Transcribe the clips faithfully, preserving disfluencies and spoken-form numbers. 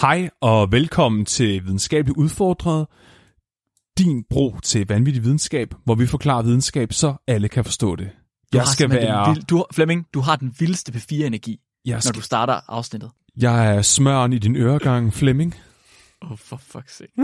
Hej og velkommen til Videnskabeligt Udfordret, din bro til vanvittig videnskab, hvor vi forklarer videnskab, så alle kan forstå det. Du Jeg skal være... Vild... Du, Flemming, du har den vildeste P fire energi, jeg skal... når du starter afsnittet. Jeg er smøren i din øregang, Flemming. Åh, oh, for fuck's sake.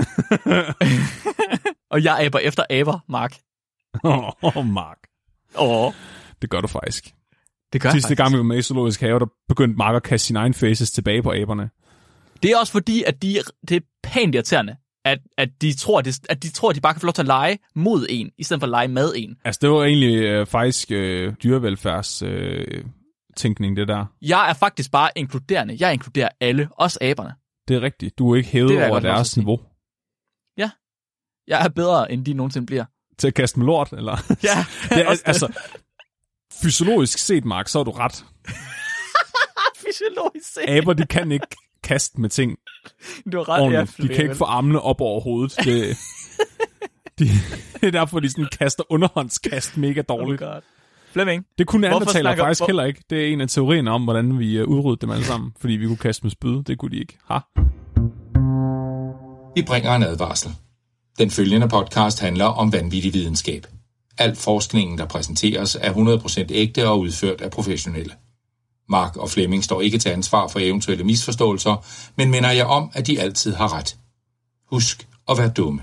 Og jeg aber efter aber, Mark. Åh, oh, Mark. Åh. Oh. Det gør du faktisk. Det gør Sidste jeg gang vi var med i Zoologisk Have, der begyndte Mark at kaste sine egne faces tilbage på aberne. Det er også fordi, at de, det er pænt irriterende, at, at, de tror, at, at de tror, at de bare kan få lov til at lege mod en, i stedet for at lege med en. Altså, det var egentlig øh, faktisk øh, dyrevelfærds øh, tænkning, det der. Jeg er faktisk bare inkluderende. Jeg inkluderer alle, også aberne. Det er rigtigt. Du er ikke hævet over deres niveau. Ja. Jeg er bedre, end de nogensinde bliver. Til at kaste med lort, eller? Ja. Det er, altså, fysiologisk set, Mark, så er du ret. Fysiologisk set. Aber, de kan ikke kaste med ting. Du er ret, ja, de kan ikke få armene op over hovedet. Det, de, det er derfor, de sådan kaster underhåndskast mega dårligt. Oh God. Flemming. Det kunne Neandertaler faktisk hvor... heller ikke. Det er en af teorierne om, hvordan vi udryddede dem alle sammen. Fordi vi kunne kaste med spyd. Det kunne de ikke. Ha. Vi bringer en advarsel. Den følgende podcast handler om vanvittig videnskab. Al forskningen, der præsenteres, er hundrede procent ægte og udført af professionelle. Mark og Flemming står ikke til ansvar for eventuelle misforståelser, men minder jer om, at de altid har ret. Husk at være dumme.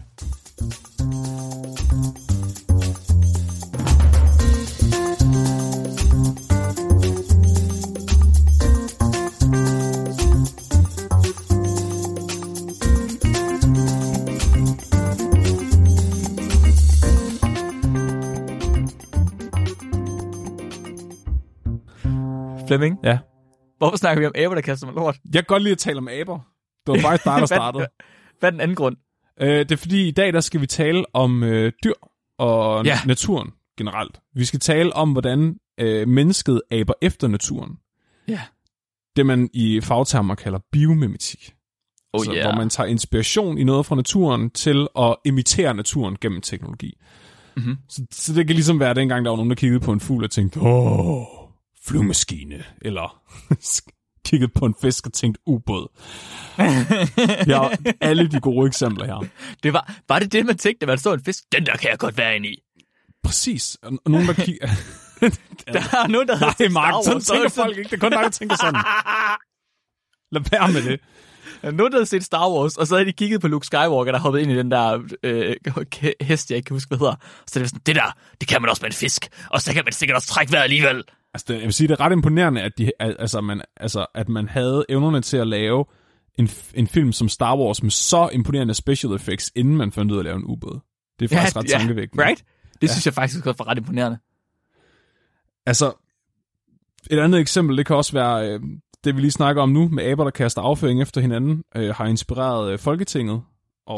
Flemming? Ja? Hvorfor snakker vi om aber, der kaster med lort? Jeg kan godt lide at tale om aber. Det var faktisk dig, der startede. hvad, hvad er den anden grund? Øh, det er fordi, i dag der skal vi tale om øh, dyr og ja. naturen generelt. Vi skal tale om, hvordan øh, mennesket aber efter naturen. Ja. Det, man i fagtermer kalder biomimetik. Oh, så, yeah. Hvor man tager inspiration i noget fra naturen til at imitere naturen gennem teknologi. Mm-hmm. Så, så det kan ligesom være dengang, der var nogen, der kiggede på en fugl og tænkte, åh, flyvemaskine, eller kiggede på en fisk og tænkte ubåd. Ja, alle de gode eksempler her. Det var, var det det, man tænkte, man så en fisk? Den der kan jeg godt være inde i. Præcis. Og nogen, der kigger... der er nogen, der Nej, Mark, sådan tænker folk ikke. Det er kun dig, der tænker sådan. Lad være med det. Der er nogen, der havde set Star Wars, og så havde de kigget på Luke Skywalker, der hoppede ind i den der øh, hest, jeg ikke kan huske, hvad hedder. Så det var sådan, det der, det kan man også med en fisk. Og så kan man sikkert også trække vejret alligevel. Altså, det, jeg vil sige, det er ret imponerende, at, de, altså, man, altså, at man havde evnerne til at lave en, en film som Star Wars med så imponerende special effects, inden man fandt ud af at lave en ubåd. Det er faktisk ja, ret ja, tankevækkende. Right? Det ja. synes jeg faktisk er ret imponerende. Altså, et andet eksempel, det kan også være, øh, det vi lige snakker om nu, med aber, der kaster afføring efter hinanden, øh, har inspireret øh, Folketinget. Og...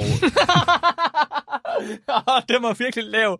det var virkelig lav.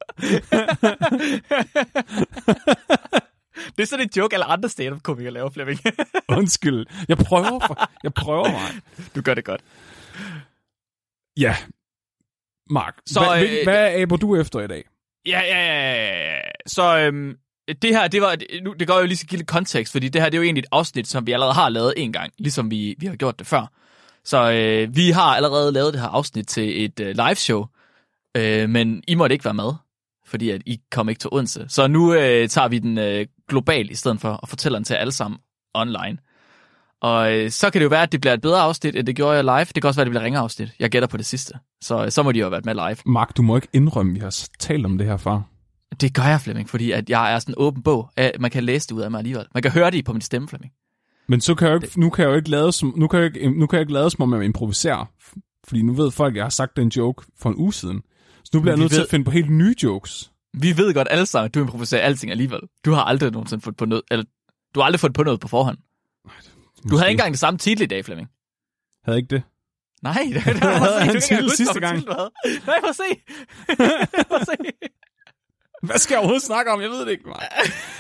Det er sådan en joke, alle andre stand-up-komikere laver, Flemming. Undskyld. Jeg prøver, for... jeg prøver mig. Du gør det godt. Ja. Mark, så, hvad, øh, hvad aber du efter i dag? Ja, ja, ja. Så øhm, det her, det var, nu, det går jo lige så give lidt kontekst, fordi det her, det er jo egentlig et afsnit, som vi allerede har lavet en gang, ligesom vi, vi har gjort det før. Så øh, vi har allerede lavet det her afsnit til et øh, liveshow, øh, men I måtte ikke være med, fordi at I kom ikke til Odense. Så nu øh, tager vi den øh, global i stedet for og fortæller den til alle sammen online. Og øh, så kan det jo være, at det bliver et bedre afsnit, end det gjorde jeg live. Det kan også være, at det bliver ringere afsnit. Jeg gætter på det sidste. Så øh, så må de jo have været med live. Mark, du må ikke indrømme, vi har talt om det her før. Det gør jeg, Flemming, fordi at jeg er sådan en åben bog. Man kan læse det ud af mig alligevel. Man kan høre det på min stemme, Flemming. Men så kan jeg ikke, nu kan jeg jo ikke lade som, nu kan jeg ikke, nu kan jeg ikke lade som om jeg improviserer. Fordi nu ved folk, at jeg har sagt den joke for en uge siden. Så nu bliver jeg nødt ved... til at finde på helt nye jokes. Vi ved godt alle sammen, at du improviserer alting alligevel. Du har aldrig nogensinde fundet på noget, eller du har aldrig fundet på noget på forhånd. Du havde ikke engang det samme titel i dag, Flemming. Havde ikke det? Nej, det, det var havde en titel sidste gang. Titel, nej, prøv at se. Prøv at se. Hvad skal jeg overhovedet snakke om? Jeg ved det ikke, Mark.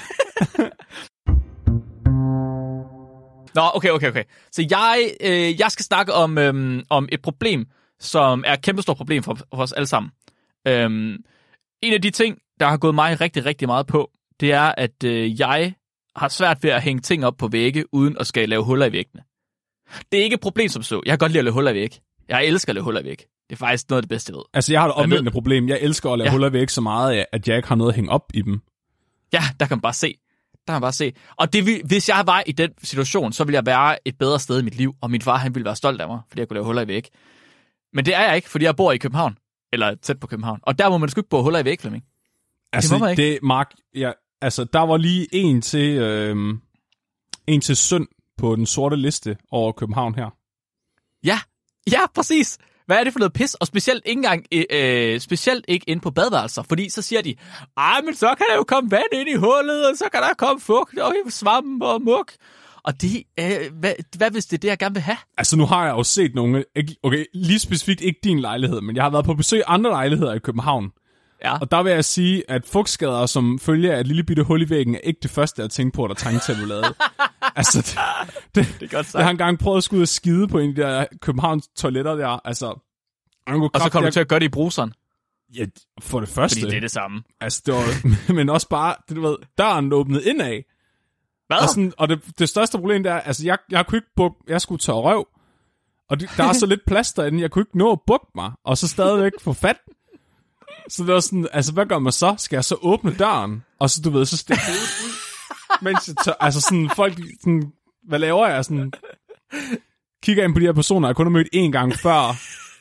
Nå, okay, okay, okay. Så jeg, øh, jeg skal snakke om, øhm, om et problem, som er et kæmpestort problem for, for os alle sammen. Øhm, en af de ting, der har gået mig rigtig, rigtig meget på, det er, at øh, jeg har svært ved at hænge ting op på vægge, uden at skal lave huller i væggene. Det er ikke et problem som så. Jeg kan godt lide at lave huller væk. Jeg elsker at lave huller væk. Det er faktisk noget af det bedste, jeg ved. Altså, jeg har et omvendende problem. Jeg elsker at lave ja. huller væk så meget, at jeg ikke har noget at hænge op i dem. Ja, der kan man bare se. Der kan man bare se. Og det, hvis jeg var i den situation, så ville jeg være et bedre sted i mit liv, og min far, han ville være stolt af mig, fordi jeg kunne lave huller i væg. Men det er jeg ikke, fordi jeg bor i København. Eller tæt på København. Og der må man sgu ikke bo huller i væg, Flemming. Altså, det, må man ikke. det Mark, ja, altså, der var lige en til, øh, en til synd på den sorte liste over København her. Ja, ja, præcis. Hvad er det for noget pis? Og specielt ikke engang, øh, specielt ikke inde på badeværelser, fordi så siger de, ej, men så kan der jo komme vand ind i hullet, og så kan der komme fugt og svamp og muk. Og det, øh, hvad, hvad hvis det er det, jeg gerne vil have? Altså, nu har jeg jo set nogle, okay, lige specifikt ikke din lejlighed, men jeg har været på besøg i andre lejligheder i København. Ja. Og der vil jeg sige, at fugtskader, som følger af et lille bitte hul i væggen, er ikke det første, jeg tænker på, der trænger til at blive lavet. Altså, det, det, det er godt sagt. Jeg har engang prøvet at skulle ud og skide på en af de der Københavns toiletter der. Altså, og så kommer du til at gøre det i bruseren? Ja, for det første. Fordi det er det samme. Altså, det var, men også bare, det, du ved, døren åbnede indad. Hvad? Og, sådan, og det, det største problem der er, altså, jeg, jeg kunne ikke bukke, jeg skulle tørre røv, og det, der er så lidt plads derinde, jeg kunne ikke nå at bukke mig, og så stadigvæk få fat. Så det var sådan, altså, hvad gør man så? Skal jeg så åbne døren? Og så, du ved, så stikker jeg ud, mens jeg tør, altså sådan, folk, sådan, hvad laver jeg? Sådan, kigger ind på de her personer, jeg kun har mødt én gang før.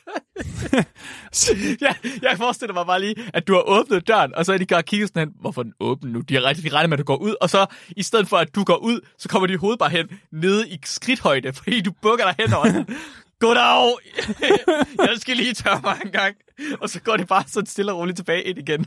ja, jeg forestiller mig bare lige, at du har åbnet døren, og så er de godt kigget sådan hen, hvorfor den åbner nu? De har rigtig regnet med, at du går ud, og så i stedet for, at du går ud, så kommer de hovedet bare hen nede i skridthøjde, fordi du bukker dig hen over den. Goddag! Jeg skal lige tørre mig en gang. Og så går det bare sådan stille og roligt tilbage ind igen.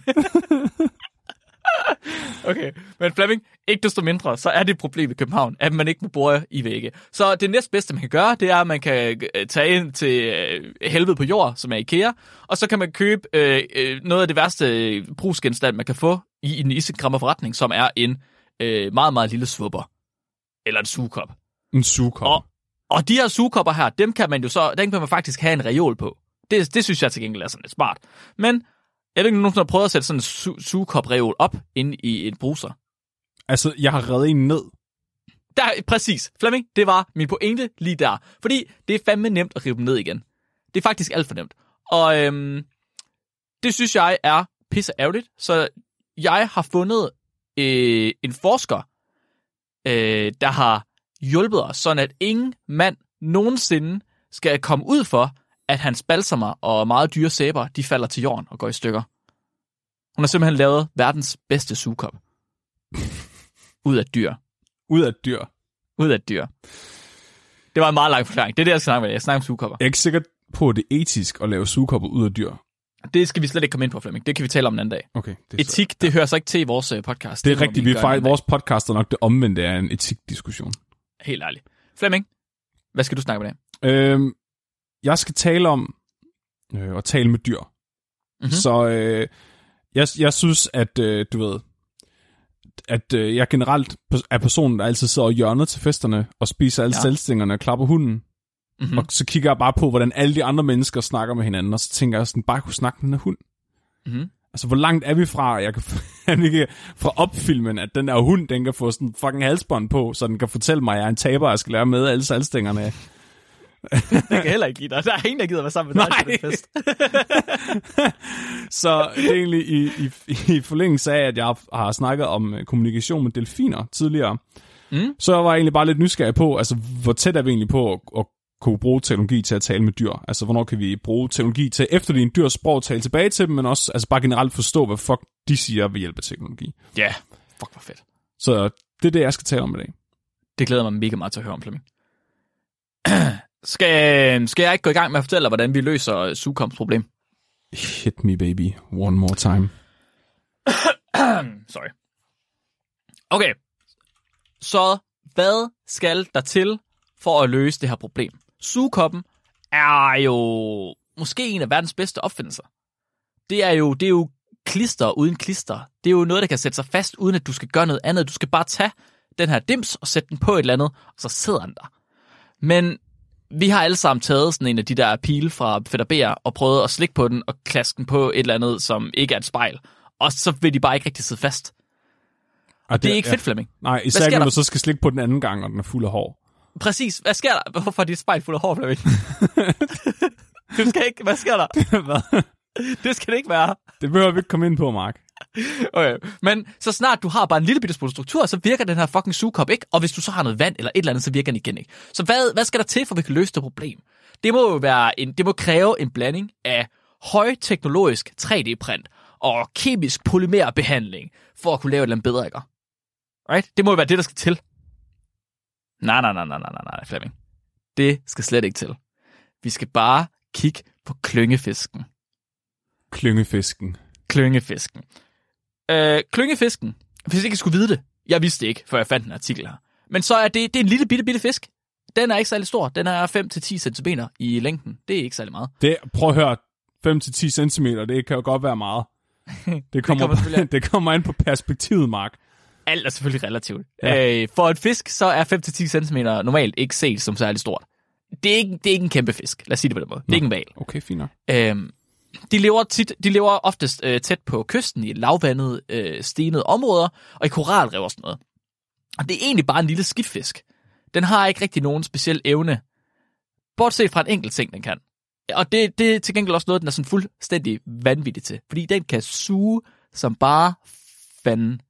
Okay, men Flemming, ikke desto mindre, så er det et problem i København, at man ikke må bore i vægge. Så det næstbedste, man kan gøre, det er, at man kan tage ind til helvede på jord, som er IKEA, og så kan man købe øh, noget af det værste brugsgenstand, man kan få i en isenkræmmerforretning, som er en øh, meget, meget lille svupper. Eller en sugekop. En sugekop. Og, og de her sugekopper her, dem kan man jo så, den kan man faktisk have en reol på. Det, det synes jeg til gengæld er sådan lidt smart. Men jeg ved ikke, nogen har prøvet at sætte sådan en su- sugekop-reol op inde i en bruser. Altså, jeg har reddet en ned. Der, præcis. Flemming, det var min pointe lige der. Fordi det er fandme nemt at rive dem ned igen. Det er faktisk alt for nemt. Og øhm, det synes jeg er pisse ærgerligt. Så jeg har fundet øh, en forsker, øh, der har hjulpet os, sådan at ingen mand nogensinde skal komme ud for, at hans balsamer og meget dyre sæber, de falder til jorden og går i stykker. Hun har simpelthen lavet verdens bedste sugekop. Ud af dyr. Ud af dyr. Ud af dyr. Det var en meget lang forklaring. Det er det, jeg snakker med. Jeg snakker om sugekopper. Jeg er ikke sikker på, at det er etisk at lave sugekopper ud af dyr. Det skal vi slet ikke komme ind på, Flemming. Det kan vi tale om en anden dag. Okay, det etik, så, ja. Det hører så ikke til i vores podcast. Det er det rigtigt. Vi fejl, vores podcast er nok det omvendte af en etikdiskussion. Helt ærligt. Flemming, hvad skal du snakke med det? Øhm, jeg skal tale om øh, at tale med dyr. Mm-hmm. Så øh, jeg, jeg synes, at øh, du ved, at øh, jeg generelt er personen, der altid sidder i hjørnet til festerne og spiser alle ja. selvstingerne og klapper hunden. Mm-hmm. Og så kigger jeg bare på, hvordan alle de andre mennesker snakker med hinanden, og så tænker jeg sådan, bare kunne snakke med den her hund. Mm-hmm. Altså, hvor langt er vi fra, jeg kan, ikke, fra opfilmen, at den der hund, den kan få sådan fucking halsbånd på, så den kan fortælle mig, at jeg er en taber, og jeg skal lære med alle salgstængerne af. Det kan heller ikke lide dig. Der er ingen, der gider være sammen med dig til den fest. Så det er egentlig i, i, i forlængelse af, at jeg har snakket om kommunikation med delfiner tidligere, mm. så var jeg egentlig bare lidt nysgerrig på, altså, hvor tæt er vi egentlig på at, at kunne bruge teknologi til at tale med dyr? Altså, hvornår kan vi bruge teknologi til, efter det er en dyrs sprog, tale tilbage til dem, men også altså bare generelt forstå, hvad fuck de siger ved hjælp af teknologi. Ja, yeah. Fuck, hvor fedt. Så det er det, jeg skal tale om i dag. Det glæder mig mega meget til at høre om, Flemming. Skal, skal jeg ikke gå i gang med at fortælle dig, hvordan vi løser Sukoms problem? Hit me, baby. One more time. Sorry. Okay. Så hvad skal der til for at løse det her problem? Sugekoppen er jo måske en af verdens bedste opfindelser. Det er jo, det er jo klister uden klister. Det er jo noget, der kan sætte sig fast, uden at du skal gøre noget andet. Du skal bare tage den her dims og sætte den på et eller andet, og så sidder den der. Men vi har alle sammen taget sådan en af de der pile fra Fætter B R og prøvet at slikke på den og klaske den på et eller andet, som ikke er et spejl. Og så vil de bare ikke rigtig sidde fast. Og det, det er ikke ja. fedt, Flemming. Nej, især når du så skal slikke på den anden gang, og den er fuld af hår. Præcis. Hvad sker der? Hvorfor er dit spejl fuld af hår, Flemming? Du skal ikke... Hvad sker der? Hvad? Det skal det ikke være. Det behøver vi ikke komme ind på, Mark. Okay. Men så snart du har bare en lille bitte smule struktur, så virker den her fucking sugekop ikke. Og hvis du så har noget vand eller et eller andet, så virker den igen ikke. Så hvad, hvad skal der til, for at vi kan løse det problem? Det må jo være en, det må kræve en blanding af højteknologisk tre D-print og kemisk polymerbehandling for at kunne lave et eller andet bedre, ikke? Right? Det må jo være det, der skal til. Nej, nej, nej, nej, nej, nej, Flemming. Det skal slet ikke til. Vi skal bare kigge på klyngefisken. Klyngefisken. Klyngefisken. Øh, klyngefisken, hvis ikke jeg skulle vide det, jeg vidste det ikke, før jeg fandt en artikel her, men så er det, det er en lille bitte, bitte fisk. Den er ikke særlig stor. Den er fem til ti centimeter i længden. Det er ikke særlig meget. Det, prøv at høre, fem til ti centimeter, det kan jo godt være meget. Det kommer, det kommer, det kommer ind på perspektivet, Mark. Alt er selvfølgelig relativt. Ja. Øh, for en fisk, så er fem til ti centimeter normalt ikke set som særlig stort. Det er ikke, det er ikke en kæmpe fisk. Lad os sige det på den måde. Nå. Det er ikke en hval. Okay, fint nok. Øhm, de lever tit, de lever oftest øh, tæt på kysten i lavvandede, øh, stenede områder og i koralrev og sådan noget. Og det er egentlig bare en lille skidtfisk. Den har ikke rigtig nogen speciel evne, bortset fra en enkelt ting, den kan. Og det, det er til gengæld også noget, den er sådan fuldstændig vanvittig til. Fordi den kan suge som bare fanden.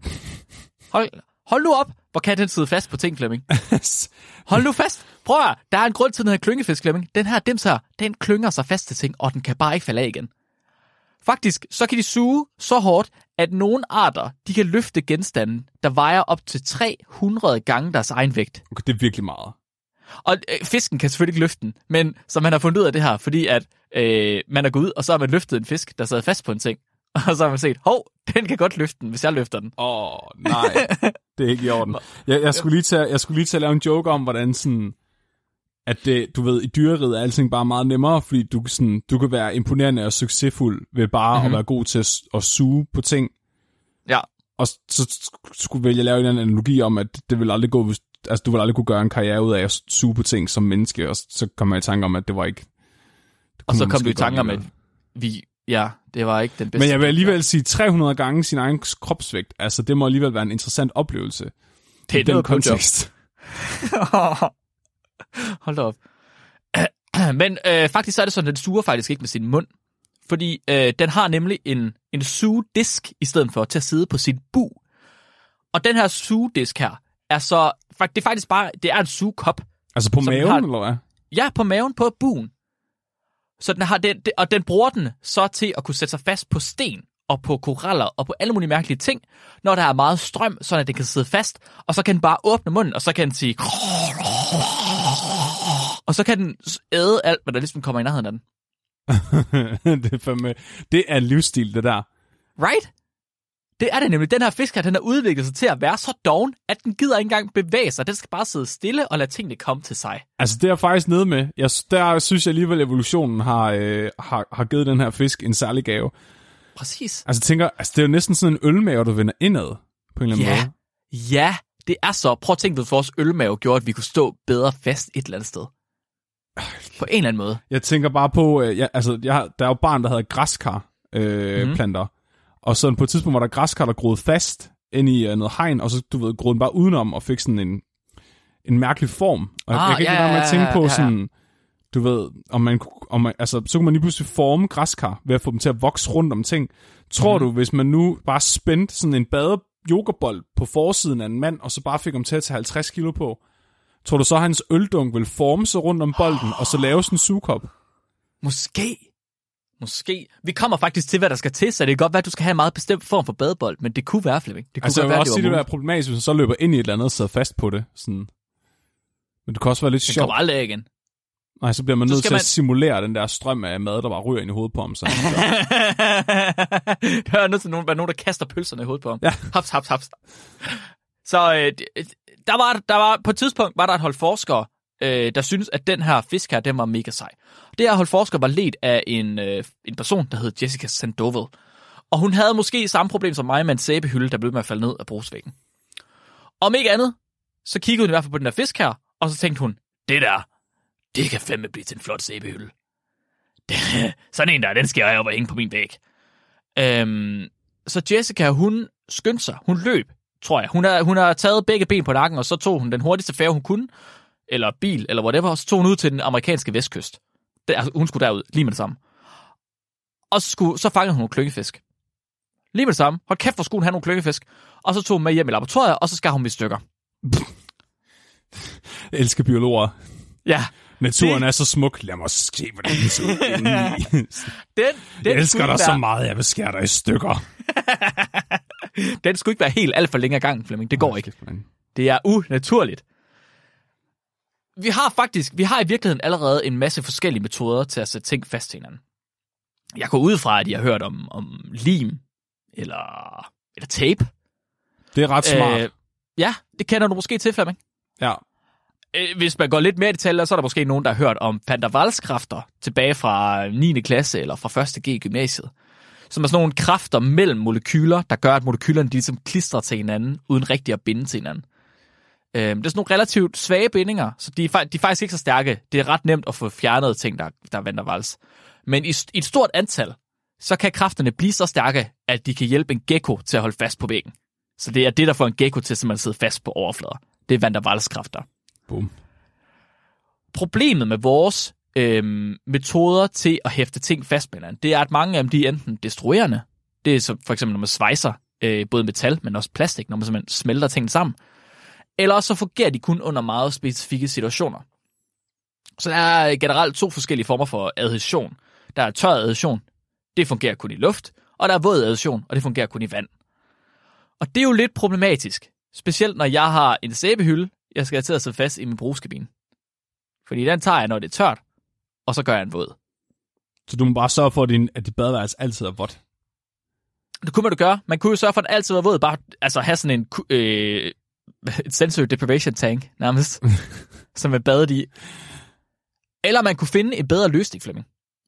Hold, hold nu op. Hvor kan den sidde fast på ting, Flemming? Hold nu fast. Prøv at, der er en grund til den her klyngefisk, Flemming. Den her dims her, den klynger sig fast til ting, og den kan bare ikke falde af igen. Faktisk, så kan de suge så hårdt, at nogle arter, de kan løfte genstande, der vejer op til tre hundrede gange deres egen vægt. Okay, det er virkelig meget. Og øh, fisken kan selvfølgelig ikke løfte den, men så man har fundet ud af det her, fordi at øh, man er gået ud, og så har man løftet en fisk, der sad fast på en ting. Og så har man set, hov, den kan godt løfte den, hvis jeg løfter den. Åh, oh, nej, det er ikke i orden. Jeg, jeg, skulle lige til, jeg skulle lige til at lave en joke om, hvordan sådan, at det, du ved, i dyreriget er alting bare meget nemmere, fordi du, sådan, du kan være imponerende og succesfuld ved bare mm-hmm. at være god til at, at suge på ting. Ja. Og så skulle jeg lave en analogi om, at det vil aldrig gå, hvis, altså du vil aldrig kunne gøre en karriere ud af at suge på ting som menneske, og så kom jeg i tanke om, at det var ikke... Det og så kom du i tanke om, at vi... Ja, det var ikke den bedste. Men jeg vil alligevel sige tre hundrede gange sin egen kropsvægt. Altså, det må alligevel være en interessant oplevelse. Det er i den kontekst. Hold da op. Men øh, faktisk så er det sådan, at den suger faktisk ikke med sin mund. Fordi øh, den har nemlig en, en sugedisk, i stedet for til at sidde på sin bug. Og den her sugedisk her, er så... Det er faktisk bare... Det er en sugekop. Altså på maven, har, eller hvad? Ja, på maven, på bugen. Så den har den, og den bruger den så til at kunne sætte sig fast på sten og på koraller og på alle mulige mærkelige ting, når der er meget strøm, så at den kan sidde fast, og så kan den bare åbne munden, og så kan den sige... Og så kan den æde alt, hvad der ligesom kommer i nærheden af den. det, er fandme, det er en livsstil, det der. Right? Det er det nemlig. Den her fisk her, den har udviklet sig til at være så doven, at den gider ikke engang bevæge sig. Den skal bare sidde stille og lade tingene komme til sig. Altså, det er jeg faktisk nede med. Jeg, der synes jeg alligevel, at evolutionen har, øh, har, har givet den her fisk en særlig gave. Præcis. Altså, jeg tænker, altså, det er jo næsten sådan en ølmave, du vender indad, på en eller anden ja. måde. Ja, det er så. Prøv at tænke, at vores ølmave gjorde, at vi kunne stå bedre fast et eller andet sted. På en eller anden måde. Jeg tænker bare på, øh, jeg, altså, jeg, der er jo barn, der hedder græskar øh, mm. planter. Og så på et tidspunkt var der græskar, der groede fast ind i uh, noget hegn, og så, du ved, groede den bare udenom og fik sådan en, en mærkelig form. Og ah, jeg, jeg kan ikke lade ja, mig at tænke på ja, ja. sådan, du ved, om man, om man, altså, så kunne man lige pludselig forme græskar ved at få dem til at vokse rundt om ting. Tror mm. du, hvis man nu bare spændte sådan en bade yogabold på forsiden af en mand, og så bare fik ham til at tage halvtreds kilo på, tror du så, at hans øldunk vil forme sig rundt om bolden, oh. og så lave sådan en sugekop? Måske. Måske. Vi kommer faktisk til, hvad der skal til, så det kan godt være, at du skal have en meget bestemt form for badebold, men det kunne være, Flemming. Det kunne altså, godt jeg vil være, også det sige, det vil være problematisk, hvis du så løber ind i et eller andet og sidder fast på det. Sådan. Men det kan også være lidt sjovt. Det kommer aldrig af igen. Nej, så bliver man så nødt til man... at simulere den der strøm af mad, der bare ryger ind i hovedet på ham. Så. Der er nødt til nogen, nogen, der kaster pølserne i hovedet på ham. Ja. Haps, haps, haps. Så øh, der, var, der var, på et tidspunkt var der et hold forskere, øh, der synes at den her fisk her, den var mega sej. Det her hold forskere var ledt af en, øh, en person, der hed Jessica Sandoval. Og hun havde måske samme problem som mig med en sæbehylde, der blev med at falde ned af brugsvæggen. Om ikke andet, så kiggede hun i hvert fald på den der fisk her, og så tænkte hun, det der, det kan fandme blive til en flot sæbehylde. Sådan en der, den skal jeg op og hænge på min væg. Øhm, så Jessica, hun skyndte sig, hun løb, tror jeg. Hun har, hun har taget begge ben på nakken, og så tog hun den hurtigste færge, hun kunne, eller bil, eller whatever, og så tog hun ud til den amerikanske vestkyst. Der, altså, hun skulle derud, lige med det samme. Og så, skulle, så fangede hun nogle klyngefisk. Lige med det samme. Hold kæft, hvor skulle hun have nogle klyngefisk. Og så tog hun med hjem i laboratoriet, og så skar hun dem i stykker. Jeg elsker biologer. Ja. Naturen det... er så smuk. Lad mig se, hvordan den ser ud. den, den jeg elsker dig være... så meget, jeg vil skære dig i stykker. Den skulle ikke være helt alt for længe ad gangen, Flemming. Det går oh, ikke. Man. Det er unaturligt. Vi har faktisk, vi har i virkeligheden allerede en masse forskellige metoder til at sætte ting fast til hinanden. Jeg går ud fra, at I har hørt om, om lim eller, eller tape. Det er ret smart. Øh, ja, det kender du måske til, Flemming. Ja. Hvis man går lidt mere i detaljer, så er der måske nogen, der har hørt om van der Waals-kræfter tilbage fra niende klasse eller fra første G i gymnasiet. Som er sådan nogle kræfter mellem molekyler, der gør, at molekylerne de ligesom klistrer til hinanden, uden rigtig at binde til hinanden. Øhm, det er sådan nogle relativt svage bindinger, så de er, de er faktisk ikke så stærke. Det er ret nemt at få fjernet ting, der, der er van der Waals. Men i, i et stort antal, så kan kræfterne blive så stærke, at de kan hjælpe en gecko til at holde fast på væggen. Så det er det, der får en gecko til at sidde fast på overflader. Det er van der Waals-kræfter. Boom. Problemet med vores øhm, metoder til at hæfte ting fast med hinanden, det er, at mange af dem de er enten destruerende. Det er så for eksempel, når man svejser øh, både metal, men også plastik, når man simpelthen smelter tingene sammen. Eller også så fungerer de kun under meget specifikke situationer. Så der er generelt to forskellige former for adhæsion. Der er tør adhæsion, det fungerer kun i luft, og der er våd adhæsion, og det fungerer kun i vand. Og det er jo lidt problematisk, specielt når jeg har en sæbehylde, jeg skal have til at sidde fast i min brugskabine. Fordi den tager jeg, når det er tørt, og så gør jeg en våd. Så du må bare sørge for, at din, at dit badeværelse altid er vådt? Det kunne man jo gøre. Man kunne jo sørge for, at den altid var våd. Bare altså, have sådan en øh, sensory deprivation tank, nærmest, som er badet i. Eller man kunne finde en bedre løsning, Flemming.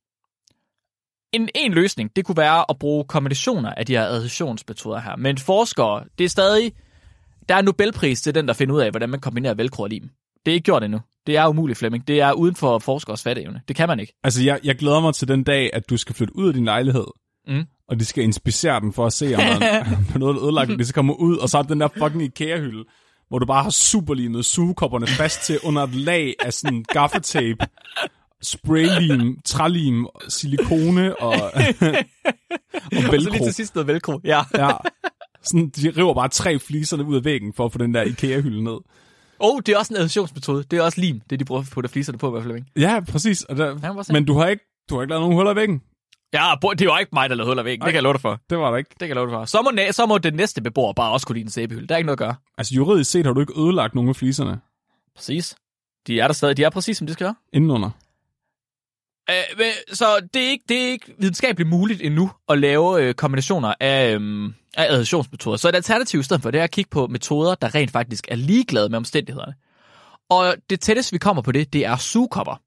En, en løsning, det kunne være at bruge kombinationer af de her adhæsionsmetoder her. Men forskere, det er stadig... Der er en Nobelpris til den, der finder ud af, hvordan man kombinerer velcro og lim. Det er ikke gjort endnu. Det er umuligt, Flemming. Det er uden for forskers fatteevne. Det kan man ikke. Altså, jeg, jeg glæder mig til den dag, at du skal flytte ud af din lejlighed, mm. og de skal inspicere den for at se, om der er noget ødelagt, det skal komme ud, og så er den der fucking IKEA-hylde, hvor du bare har superlimet sugekopperne fast til under et lag af sådan gaffatape, spraylim, trælim, silikone og, og velcro. Og så lige til sidst noget velcro, ja. ja. Sådan, de river bare tre fliserne ud af væggen for at få den der IKEA-hylde ned. Oh, det er også en adhæsionsmetode. Det er også lim, det de bruger på at putte fliserne på, i hvert fald, ikke? Ja, præcis. Og der, men du har ikke, du har ikke lavet nogen huller i væggen? Ja, det var ikke mig, der lavede huller i væggen. Det kan jeg love dig for. Det var der ikke. Det kan jeg love dig for. Så må, så må den næste beboer bare også kunne lide en sæbehylde. Der er ikke noget at gøre. Altså juridisk set har du ikke ødelagt nogen af fliserne? Præcis. De er der stadig. De er præcis, som de skal være. Indenunder. Øh, men, så det er, ikke, det er ikke videnskabeligt muligt endnu at lave øh, kombinationer af, øh, af adhæsionsmetoder. Så et alternativ i stedet for det er at kigge på metoder, der rent faktisk er ligeglade med omstændighederne. Og det tætteste, vi kommer på det, det er sugekopper.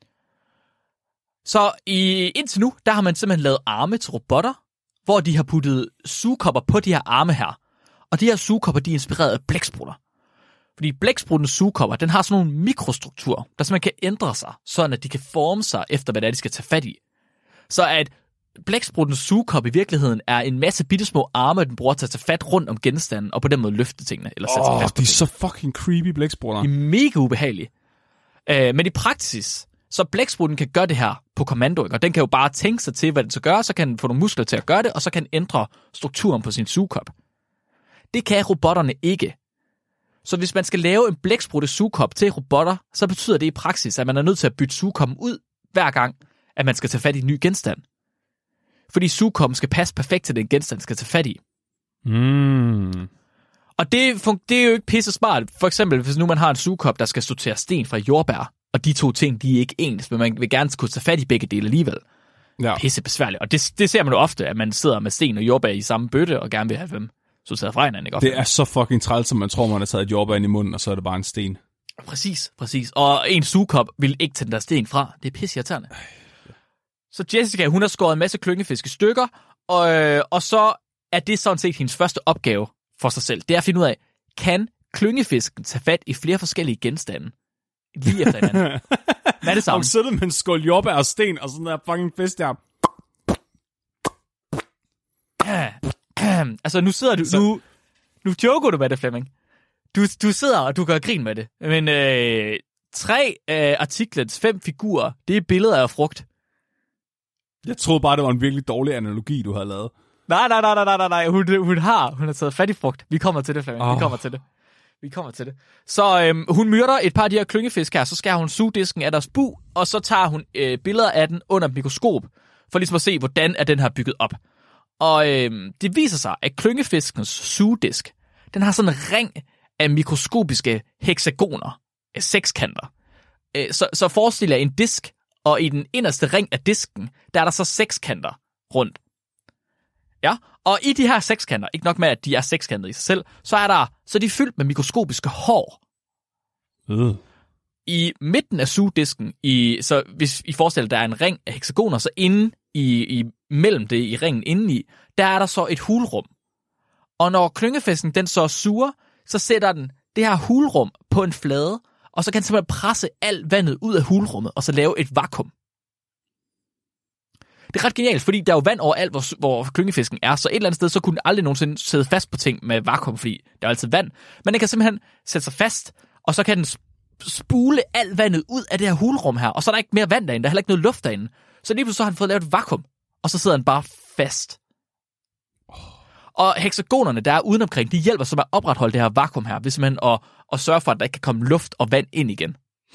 Så i, indtil nu, der har man simpelthen lavet arme til robotter, hvor de har puttet sugekopper på de her arme her. Og de her sugekopper, de er inspireret af blæksprutter. Fordi blækspruttens sugekopper, den har sådan nogle mikrostrukturer, der simpelthen kan ændre sig, sådan at de kan forme sig efter, hvad det er, de skal tage fat i. Så at blækspruttens sugekop i virkeligheden er en masse bittesmå arme, den bruger til at tage fat rundt om genstanden, og på den måde løfte tingene. Eller sætte oh, sig fast de er så fucking creepy blæksprutter. De er mega ubehagelige. Øh, men i praksis, så blæksprutten kan gøre det her på kommando, ikke? Og den kan jo bare tænke sig til, hvad den skal gøre, så kan den få nogle muskler til at gøre det, og så kan den ændre strukturen på sin sugekop. Det kan robotterne ikke. Så hvis man skal lave en blæksprutte sugekop til robotter, så betyder det i praksis, at man er nødt til at bytte sugekoppen ud, hver gang, at man skal tage fat i en ny genstand. Fordi sugekoppen skal passe perfekt til den genstand, skal tage fat i. Mm. Og det, det er jo ikke pisse smart. For eksempel, hvis nu man har en sugekop, der skal sortere sten fra jordbær, og de to ting, de er ikke ens, men man vil gerne kunne tage fat i begge dele alligevel. Ja. Pisse besværligt. Og det, det ser man jo ofte, at man sidder med sten og jordbær i samme bøtte, og gerne vil have dem sorteret fra hinanden. Ikke? Det er så fucking træls, som man tror, man har taget et jordbær ind i munden, og så er det bare en sten. Præcis, præcis. Og en sugekop vil ikke tage den der sten fra. Det er pisse irriterende. Så Jessica, hun har skåret en masse klyngefisk i stykker, og, øh, og så er det sådan set hendes første opgave for sig selv. Det er at finde ud af, kan klyngefisken tage fat i flere forskellige genstande? Lige efter hinanden. Hvad er det samme? Og sidder med en skål jordbær og sten, og sådan der fucking fisk der. Altså, nu sidder du... Så... Nu, nu joker du med det, Flemming. Du, du sidder, og du gør grin med det. Men øh, tre af artiklens fem figurer, det er billeder af frugt. Jeg troede bare, det var en virkelig dårlig analogi, du havde lavet. Nej, nej, nej, nej, nej, nej. Hun, hun har, hun har taget fat i frugt. Vi kommer til det, Flemming. Oh. Vi kommer til det. Vi kommer til det. Så øhm, hun myrder et par af de her klyngefisk her, så skærer hun sugedisken af deres bu, og så tager hun øh, billeder af den under mikroskop, for ligesom at se, hvordan er den her bygget op. Og øhm, det viser sig, at klyngefiskens sugedisk, den har sådan en ring af mikroskopiske hexagoner, af sekskanter. Øh, så, så forestil jer en disk, og i den inderste ring af disken, der er der så sekskanter rundt. Ja, og i de her sekskanter, ikke nok med, at de er sekskantede i sig selv, så er der, så er de fyldt med mikroskopiske hår. Øh. I midten af sugedisken, i, så hvis I forestiller, der er en ring af hexagoner, så inde i, i mellem det, i ringen indeni, der er der så et hulrum. Og når klyngefisken, den så suger, så sætter den det her hulrum på en flade, og så kan den simpelthen presse alt vandet ud af hulrummet, og så lave et vakuum. Det er ret genialt, fordi der er jo vand overalt, hvor, hvor klyngefisken er, så et eller andet sted, så kunne den aldrig nogensinde sidde fast på ting med vakuum, fordi der er altid vand. Men den kan simpelthen sætte sig fast, og så kan den spule alt vandet ud af det her hulrum her, og så er der ikke mere vand derinde, der er heller ikke noget luft derinde. Så lige pludselig så har den fået lavet et vakuum, og så sidder den bare fast. Og hexagonerne, der er udenomkring, de hjælper så med at opretholde det her vakuum her, hvis man at, at sørge for, at der ikke kan komme luft og vand ind igen.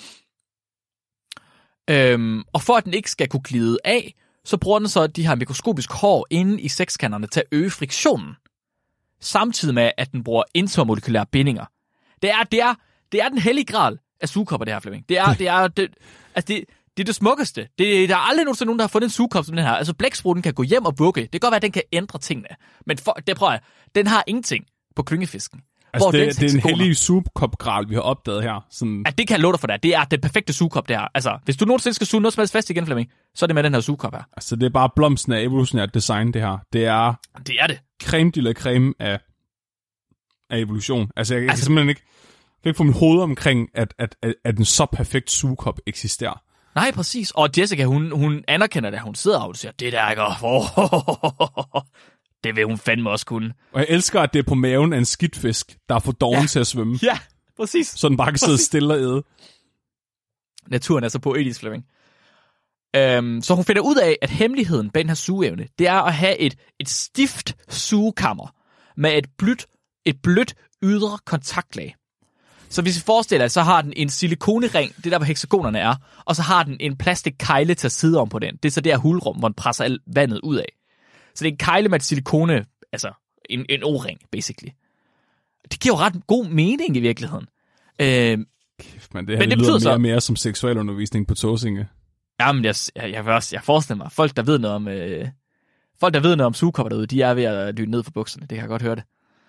Øhm, og for at den ikke skal kunne glide af, så bruger den så de her mikroskopiske hår inde i sekskanterne til at øge friktionen, samtidig med, at den bruger intermolekylære bindinger. Det er, det er, det er den hellige gral af sugekopper, det her, Flemming. Det er det, er, det, altså det, det er det smukkeste. Det, der er aldrig nogensinde nogen, der har fundet en sugekop som den her. Altså, blæksprutten kan gå hjem og vugge. Det kan godt være, at den kan ændre tingene. Men for, det prøver jeg. Den har ingenting på klyngefisken. Altså, det, det er en hellig sugekopgral, vi har opdaget her. Sådan... At det kan jeg love dig for dig. Det er den perfekte sugekop, det her. Altså, hvis du nogensinde skal suge noget som helst fast igen, Flemming, så er det med den her sugekop her. Altså, det er bare blomsten af evolutionært design, det her. Det er... Det er det. Creme de la creme af, af evolution. Altså, jeg, jeg altså... kan simpelthen ikke, jeg kan ikke få mit hoved omkring, at, at, at, at en så perfekt sugekop eksisterer. Nej, præcis. Og Jessica, hun, hun anerkender det, hun sidder og siger, det der ikke, oh, det vil hun fandme også kunne. Og jeg elsker, at det er på maven af en skidtfisk, der er for doven ja. til at svømme. Ja, præcis. Så den bare kan sidde stille og æde. Naturen er så poetisk, Flemming. Øhm, så hun finder ud af, at hemmeligheden bag den her sugeevne, det er at have et, et stift sugekammer med et blødt, et blødt ydre kontaktlag. Så hvis vi forestiller os, så har den en silikonering, det der hvor hexagonerne er, og så har den en plastikkejle til at sidde om på den. Det er så det her hulrum, hvor den presser alt vandet ud af. Så det er en kejle med et silikone, altså en, en o-ring, basically. Det giver jo ret god mening i virkeligheden. Øh, Kæft, man, det her men det lyder mere så... og mere som seksualundervisning på Tåsinge. Jamen, jeg, jeg, jeg, vil også, jeg forestiller mig, folk der ved noget om, øh, folk der ved noget om sugekopper derude, de er ved at lytte ned for bukserne. Det kan jeg godt høre det.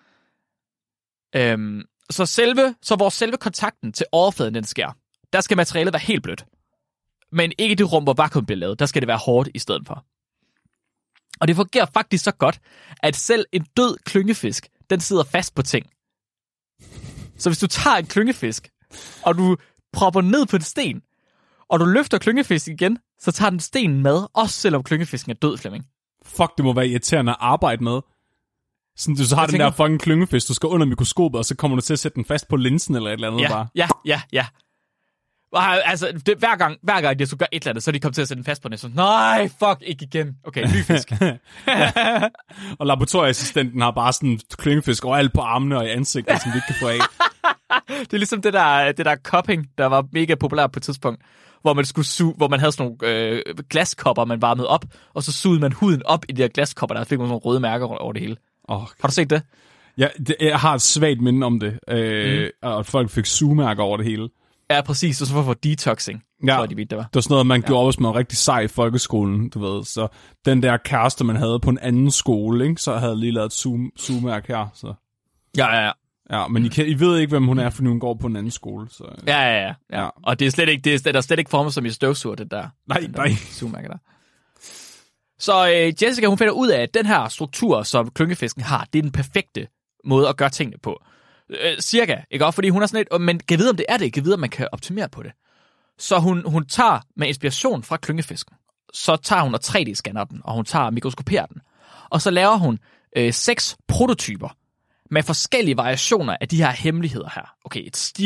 Øhm, så selve, så hvor selve kontakten til overfladen den sker, der skal materialet være helt blødt. Men ikke det rum, hvor vakuum bliver lavet. Der skal det være hårdt i stedet for. Og det fungerer faktisk så godt, at selv en død klyngefisk, den sidder fast på ting. Så hvis du tager en klyngefisk, og du propper ned på en sten, og du løfter klyngefisken igen, så tager den stenen med, også selvom klyngefisken er død, Flemming. Fuck, det må være irriterende at arbejde med. Sådan, du så har jeg den tænker... der fucking klyngefisk, du skal under mikroskopet, og så kommer du til at sætte den fast på linsen eller et eller andet ja, bare. Ja, ja, ja. Altså, det, hver, gang, hver gang jeg skulle gøre et eller andet, så er de kommet til at sætte den fast på den. Så nej, fuck, ikke igen. Okay, ny fisk. Og laboratorieassistenten har bare sådan klyngefisk overalt på armene og i ansigtet, som de ikke kan få af. Det er ligesom det der, det der cupping, der var mega populært på et tidspunkt, hvor man, skulle suge, hvor man havde sådan nogle øh, glaskopper, man varmede op, og så sugede man huden op i de der glaskopper, der fik man sådan nogle røde mærker over det hele. Oh, har du set det? Ja, det, jeg har et svagt minde om det, øh, mm. og folk fik sugemærker over det hele. Ja, præcis, og så for, for detoxing, ja, tror de vidt, det var. Det var sådan noget, man ja. gjorde, hvis man var rigtig sej i folkeskolen, du ved. Så den der kæreste, man havde på en anden skole, ikke, så havde lige lavet et suge, sugemærke her. Så. Ja, ja, ja. Ja, men I, kan, I ved ikke, hvem hun er, fordi hun går på en anden skole. Så. Ja, ja, ja, ja. ja. Og det er slet ikke, det er, der er slet ikke formet som i støvsuger, det der. Nej, den nej. Der sugemærke der. Så øh, Jessica, hun finder ud af, at den her struktur, som klyngefisken har, det er den perfekte måde at gøre tingene på. Øh, cirka, ikke også? Fordi hun er sådan lidt, men kan vide, om det er det, kan vide, om man kan optimere på det. Så hun, hun tager med inspiration fra klyngefisken, så tager hun og tre D-scanner den, og hun tager og mikroskoperer den. Og så laver hun øh, seks prototyper med forskellige variationer af de her hemmeligheder her. Okay, et stift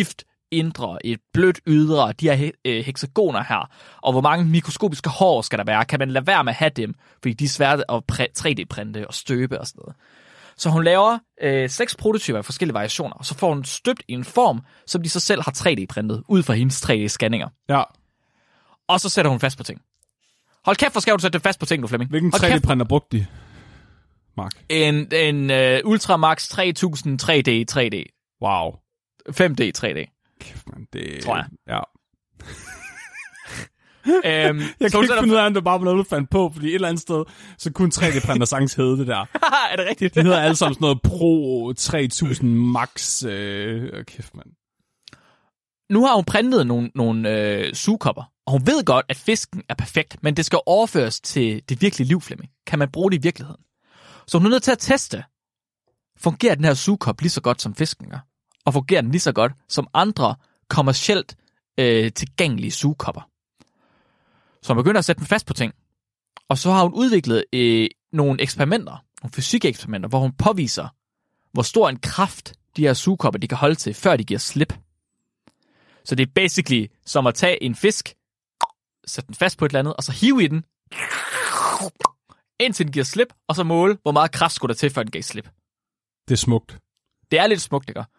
indre, et blødt ydre, de her he- hexagoner her, og hvor mange mikroskopiske hår skal der være? Kan man lade være med at have dem, fordi de er svære at præ- tre D-printe og støbe og sådan noget. Så hun laver øh, seks prototyper af forskellige variationer, og så får hun støbt i en form, som de så selv har tre D-printet, ud fra hendes tre D-scanninger. Ja. Og så sætter hun fast på ting. Hold kæft, hvor skal du sætte det fast på ting, du Flemming? Hvilken tre D-printer brugte de, Mark? En, en uh, Ultramax tre tusind tre D tre D. Wow. fem D tre D. Kæft, man. Det... Tror jeg. Ja. øhm, Jeg kan ikke sætter... finde ud af, om det bare var noget, du fandt på, fordi et eller andet sted, så kunne tre D-printer sagtens hedde det der. er det rigtigt? De hedder alle sammen sådan noget Pro tre tusind Max. Øh... Kæft, mand. Nu har hun printet nogle, nogle øh, sugekopper, og hun ved godt, at fisken er perfekt, men det skal overføres til det virkelige liv, Flemming. Kan man bruge det i virkeligheden? Så hun er nødt til at teste, fungerer den her sugekop lige så godt som fisken gør? Og fungerer den lige så godt som andre kommercielt øh, tilgængelige sugekopper? Så hun begynder at sætte dem fast på ting. Og så har hun udviklet øh, nogle eksperimenter, nogle fysikeksperimenter, hvor hun påviser, hvor stor en kraft de her sugekopper de kan holde til, før de giver slip. Så det er basically som at tage en fisk, sætte den fast på et eller andet, og så hive i den, indtil den giver slip, og så måle, hvor meget kraft skulle der til, før den gav slip. Det er smukt. Det er lidt smukt, ikke?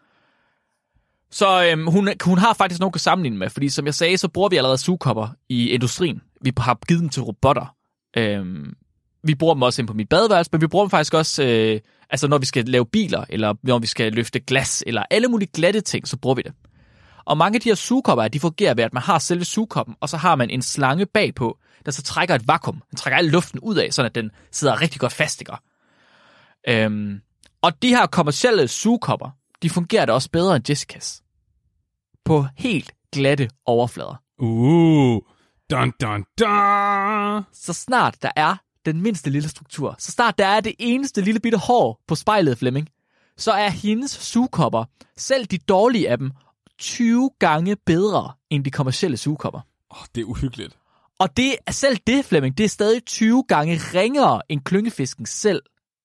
Så øhm, hun, hun har faktisk noget at sammenligne med, fordi som jeg sagde, så bruger vi allerede sugekopper i industrien. Vi har givet dem til robotter. Øhm, vi bruger dem også ind på mit badeværelse, men vi bruger dem faktisk også, øh, altså når vi skal lave biler, eller når vi skal løfte glas, eller alle mulige glatte ting, så bruger vi det. Og mange af de her sugekopper, de fungerer ved, at man har selve sugekoppen, og så har man en slange bagpå, der så trækker et vakuum. Den trækker al luften ud af, så at den sidder rigtig godt fast, ikke? Øhm, og de her kommercielle sugekopper, de fungerer da også bedre end Jessicas. På helt glatte overflader. Uh, dun, dun, dun. Så snart der er den mindste lille struktur, så snart der er det eneste lille bitte hår på spejlet, Flemming, så er hendes sugekopper, selv de dårlige af dem, tyve gange bedre end de kommercielle sugekopper. Åh, oh, det er uhyggeligt. Og det er selv det, Flemming, det er stadig tyve gange ringere end klyngefisken selv.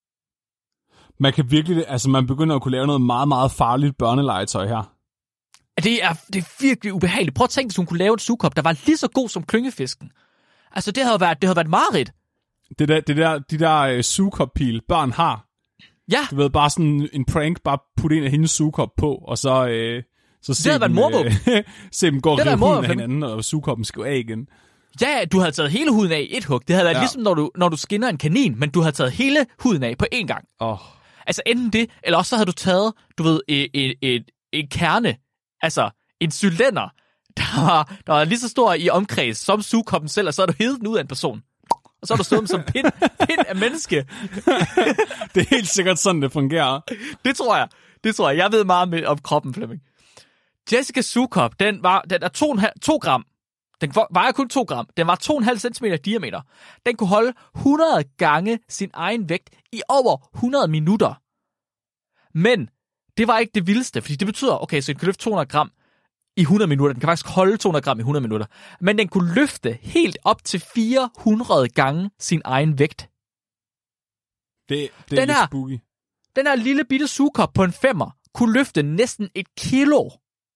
Man kan virkelig, altså man begynder at kunne lave noget meget, meget farligt børnelegetøj her. Det er, det er virkelig ubehageligt. Prøv at tænke, hvis hun kunne lave en sugekop, der var lige så god som klyngefisken. Altså, det havde været, det havde været mareridt. Det der, det der, de der uh, sugekop-pil, børn har. Ja. Du ved, bare sådan en prank, bare putte en af hendes sugekop på, og så, øh, så se, det havde dem, været øh, se dem gå og rive huden af Flemming. hinanden, og sugekoppen skal af igen. Ja, du havde taget hele huden af i et hug. Det havde været ja. Ligesom, når du, når du skinner en kanin, men du havde taget hele huden af på én gang. Oh. Altså, enten det, eller også så havde du taget, du ved, et, et, et, et kerne, altså en cylinder, der var, der var lige så stor i omkreds som sugekoppen selv, og så har du hævet den ud af en person. Og så har du stået som pind, pind af menneske. Det er helt sikkert sådan, det fungerer. Det tror jeg. Det tror jeg. Jeg ved meget med om kroppen, Flemming. Jessicas sugekop, den var, den er to, to gram. Den vejer kun to gram. Den var to komma fem centimeter diameter. Den kunne holde hundrede gange sin egen vægt i over hundrede minutter. Men det var ikke det vildeste, fordi det betyder, okay, så den kan løfte to hundrede gram i hundrede minutter. Den kan faktisk holde to hundrede gram i hundrede minutter. Men den kunne løfte helt op til fire hundrede gange sin egen vægt. Det, det er den lidt her, spooky. Den her lille bitte sugekop på en femmer kunne løfte næsten et kilo.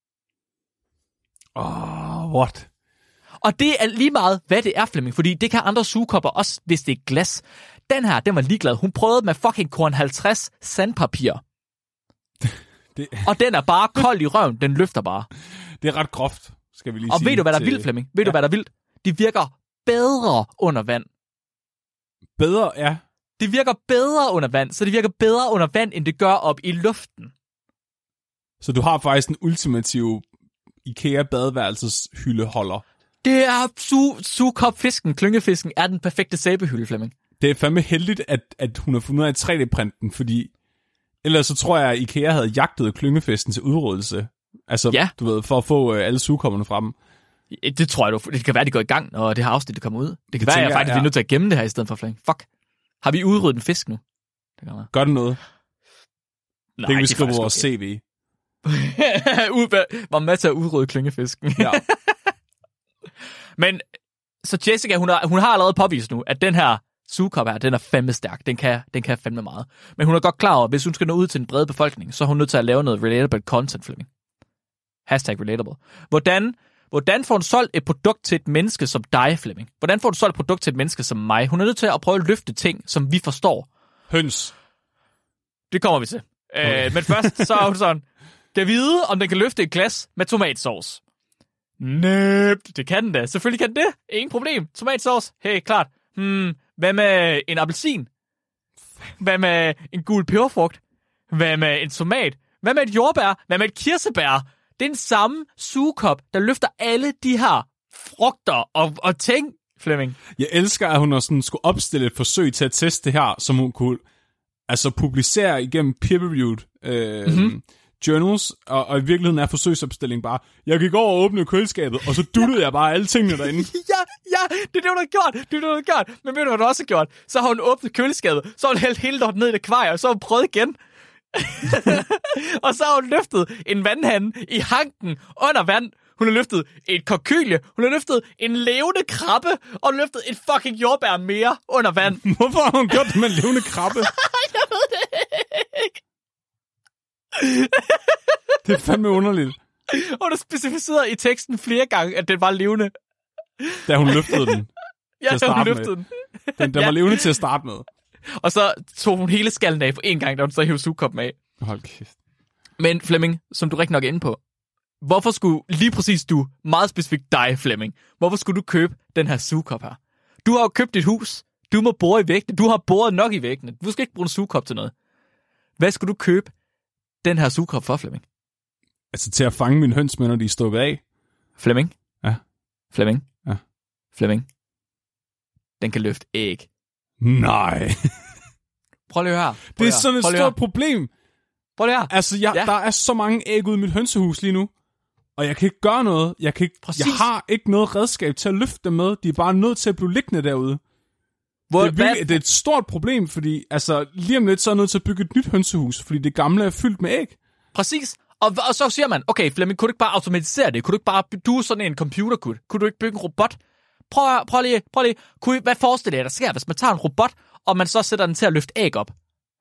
Åh, oh, what? Og det er lige meget, hvad det er, Flemming, fordi det kan andre sugekopper også, hvis det er glas. Den her, den var ligeglad. Hun prøvede med fucking korn halvtreds sandpapir. Det... Og den er bare kold i røven. Den løfter bare. Det er ret groft, skal vi lige og sige. Og ved du, hvad der til... er vildt, Flemming? Ved ja. du, hvad der er vildt? De virker bedre under vand. Bedre, ja. Det virker bedre under vand, så det virker bedre under vand, end det gør op i luften. Så du har faktisk en ultimativ IKEA badeværelseshyldeholder. Det er su- sugekopfisken, klyngefisken, er den perfekte sæbehylde, Flemming. Det er fandme heldigt, at, at hun har fundet ud af tre D-printen, fordi ellers så tror jeg, at IKEA havde jagtet klyngefisken til udryddelse. Altså, ja. Du ved, for at få øh, alle sugekopperne frem. Det tror jeg, du. Det kan være, de går i gang, når det her afsnit det kommer ud. Det kan det være, at jeg faktisk jeg, ja. er nødt til at gemme det her i stedet for, Flemming. Fuck. Har vi udryddet en fisk nu? Det gør, gør det noget? Nej, det kan vi skrive på vores C V. Var med til at udrydde klyngefisken. Ja. Men, så Jessica, hun har, hun har allerede påvist nu, at den her sugekop her, den er fandme stærk. Den kan, den kan fandme meget. Men hun er godt klar over, at hvis hun skal nå ud til den brede befolkning, så er hun nødt til at lave noget relatable content, Flemming. Hashtag relatable. Hvordan, hvordan får hun solgt et produkt til et menneske som dig, Flemming? Hvordan får du solgt et produkt til et menneske som mig? Hun er nødt til at prøve at løfte ting, som vi forstår. Høns. Det kommer vi til. Okay. Øh, men først så er hun sådan, kan vide, om den kan løfte et glas med tomatsauce. Næp, det kan den da. Selvfølgelig kan den det. Ingen problem. Tomatsauce, hey, klart. Hmm, hvad med en appelsin? Hvad med en gul peberfrugt? Hvad med en tomat? Hvad med et jordbær? Hvad med et kirsebær? Det er den samme sugekop, der løfter alle de her frugter og, og ting, Flemming. Jeg elsker, at hun har sådan skulle opstille et forsøg til at teste det her, som hun kunne altså publicere igennem peer-reviewed øh, mm-hmm. journals, og, og i virkeligheden er forsøgsopstilling bare, jeg gik over og åbnede køleskabet, og så duttede jeg bare alle tingene derinde. ja, ja, det er det, hun har gjort. Det er det, hun har gjort. Men ved du, hvad hun også har gjort? Så har hun åbnet køleskabet, så har hun hældt hele lortet ned i det akvarium, og så har hun prøvet igen. og så har hun løftet en vandhane i hanken under vand. Hun har løftet et korkylie. Hun har løftet en levende krabbe. Og løftet et fucking jordbær mere under vand. Hvorfor har hun gjort det med en levende krabbe? Jeg ved det ikke. Det er fandme underligt. Hun har specificeret i teksten flere gange, at den var levende. Da hun løftede den. Ja, da hun løftede den. Den, den var ja. levende til at starte med. Og så tog hun hele skallen af på én gang, da hun så hævde sugkoppen af. Hold kæft. Men Flemming, som du rigtig nok er inde på, hvorfor skulle lige præcis du, meget specifikt dig, Flemming, hvorfor skulle du købe den her sugekop her? Du har jo købt dit hus. Du må bore i væggene. Du har boret nok i væggene. Du skal ikke bruge en sugekop til noget. Hvad skulle du købe den her sugekop for, Flemming? Altså til at fange mine høns med, når de er stukket af. Flemming? Ja. Flemming? Ja. Flemming? Den kan løfte æg. Nej. Prøv lige at høre. Prøv det er sådan et stort problem. Prøv lige at høre. Altså, jeg, ja. der er så mange æg ude i mit hønsehus lige nu. Og jeg kan ikke gøre noget. Jeg, kan ikke, jeg har ikke noget redskab til at løfte dem med. De er bare nødt til at blive liggende derude. Hvor, det, er virkelig, det er et stort problem, fordi altså, lige om lidt så er jeg nødt til at bygge et nyt hønsehus, fordi det gamle er fyldt med æg. Præcis. Og, og så siger man, okay Flemming, kunne du ikke bare automatisere det? Kunne du ikke bare, du er sådan en computer, kunne, kunne du ikke bygge en robot? Prøv, prøv lige, prøv lige. Kunne, hvad forestiller jeg, der sker, hvis man tager en robot, og man så sætter den til at løfte æg op?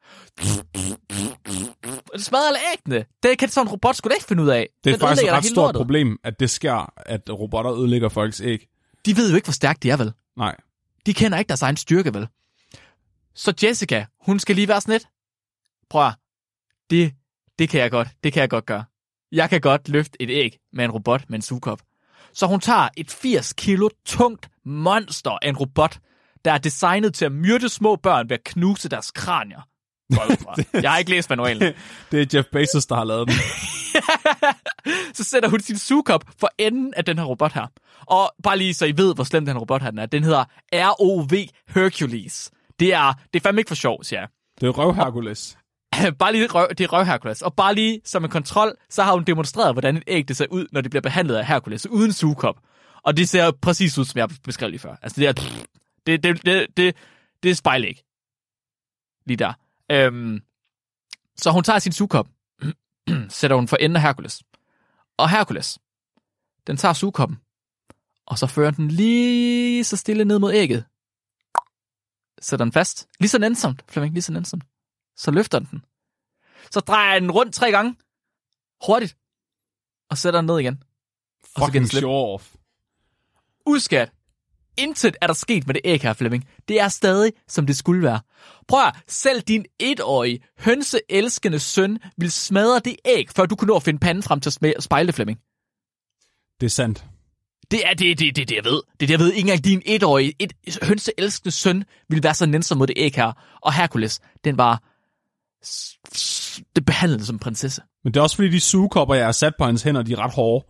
Det smadrer alle æggene. Det kan sådan en robot sgu da ikke finde ud af. Det er den faktisk et ret stort lortet. problem, at det sker, at robotter ødelægger folks æg. De ved jo ikke, hvor stærkt de er, vel? Nej. De kender ikke deres egen styrke, vel? Så Jessica, hun skal lige være sådan lidt. Prøv at, det, det kan jeg godt, det kan jeg godt gøre. Jeg kan godt løfte et æg med en robot med en sugekop. Så hun tager et firs kilo tungt monster af en robot, der er designet til at myrde små børn ved at knuse deres kranier. Jeg har ikke læst manualen. Det er Jeff Bezos, der har lavet den. Så sætter hun sin sugekop for enden af den her robot her. Og bare lige så I ved, hvor slem den her robot her den er. Den hedder R O V Hercules. Det er, det er fandme ikke for sjov, siger jeg. Det er røv Hercules. Bare lige røv, det er røv Hercules. Og bare lige som en kontrol, så har hun demonstreret, hvordan et æg det ser ud, når det bliver behandlet af Hercules, uden sugekop. Og det ser præcis ud, som jeg beskrev lige før. Altså det er, det, det, det, det, det er spejlæg. Lige der. Øhm, så hun tager sin sugekop, sætter hun for enden af Hercules. Og Hercules, den tager sugekoppen, og så fører den lige så stille ned mod ægget. Sætter den fast. Lige så nænsomt, Flemming, lige så nænsomt. Så løfter den den. Så drejer den rundt tre gange. Hurtigt. Og sætter den ned igen. Og fucking show off. Udskat. Intet er der sket med det æg her, Flemming. Det er stadig, som det skulle være. Prøv at, selv din etårige, hønseelskende søn vil smadre det æg, før du kunne nå at finde panden frem til at spejle det, Flemming. Det er sandt. Det er det, det, det, det jeg ved. Det er det, jeg ved. Ikke engang din etårige, et hønseelskende søn vil være så nænsom mod det æg her. Og Hercules, den var... det behandlede som en prinsesse. Men det er også fordi, de sugekopper, jeg har sat på hans hænder, de er ret hårde.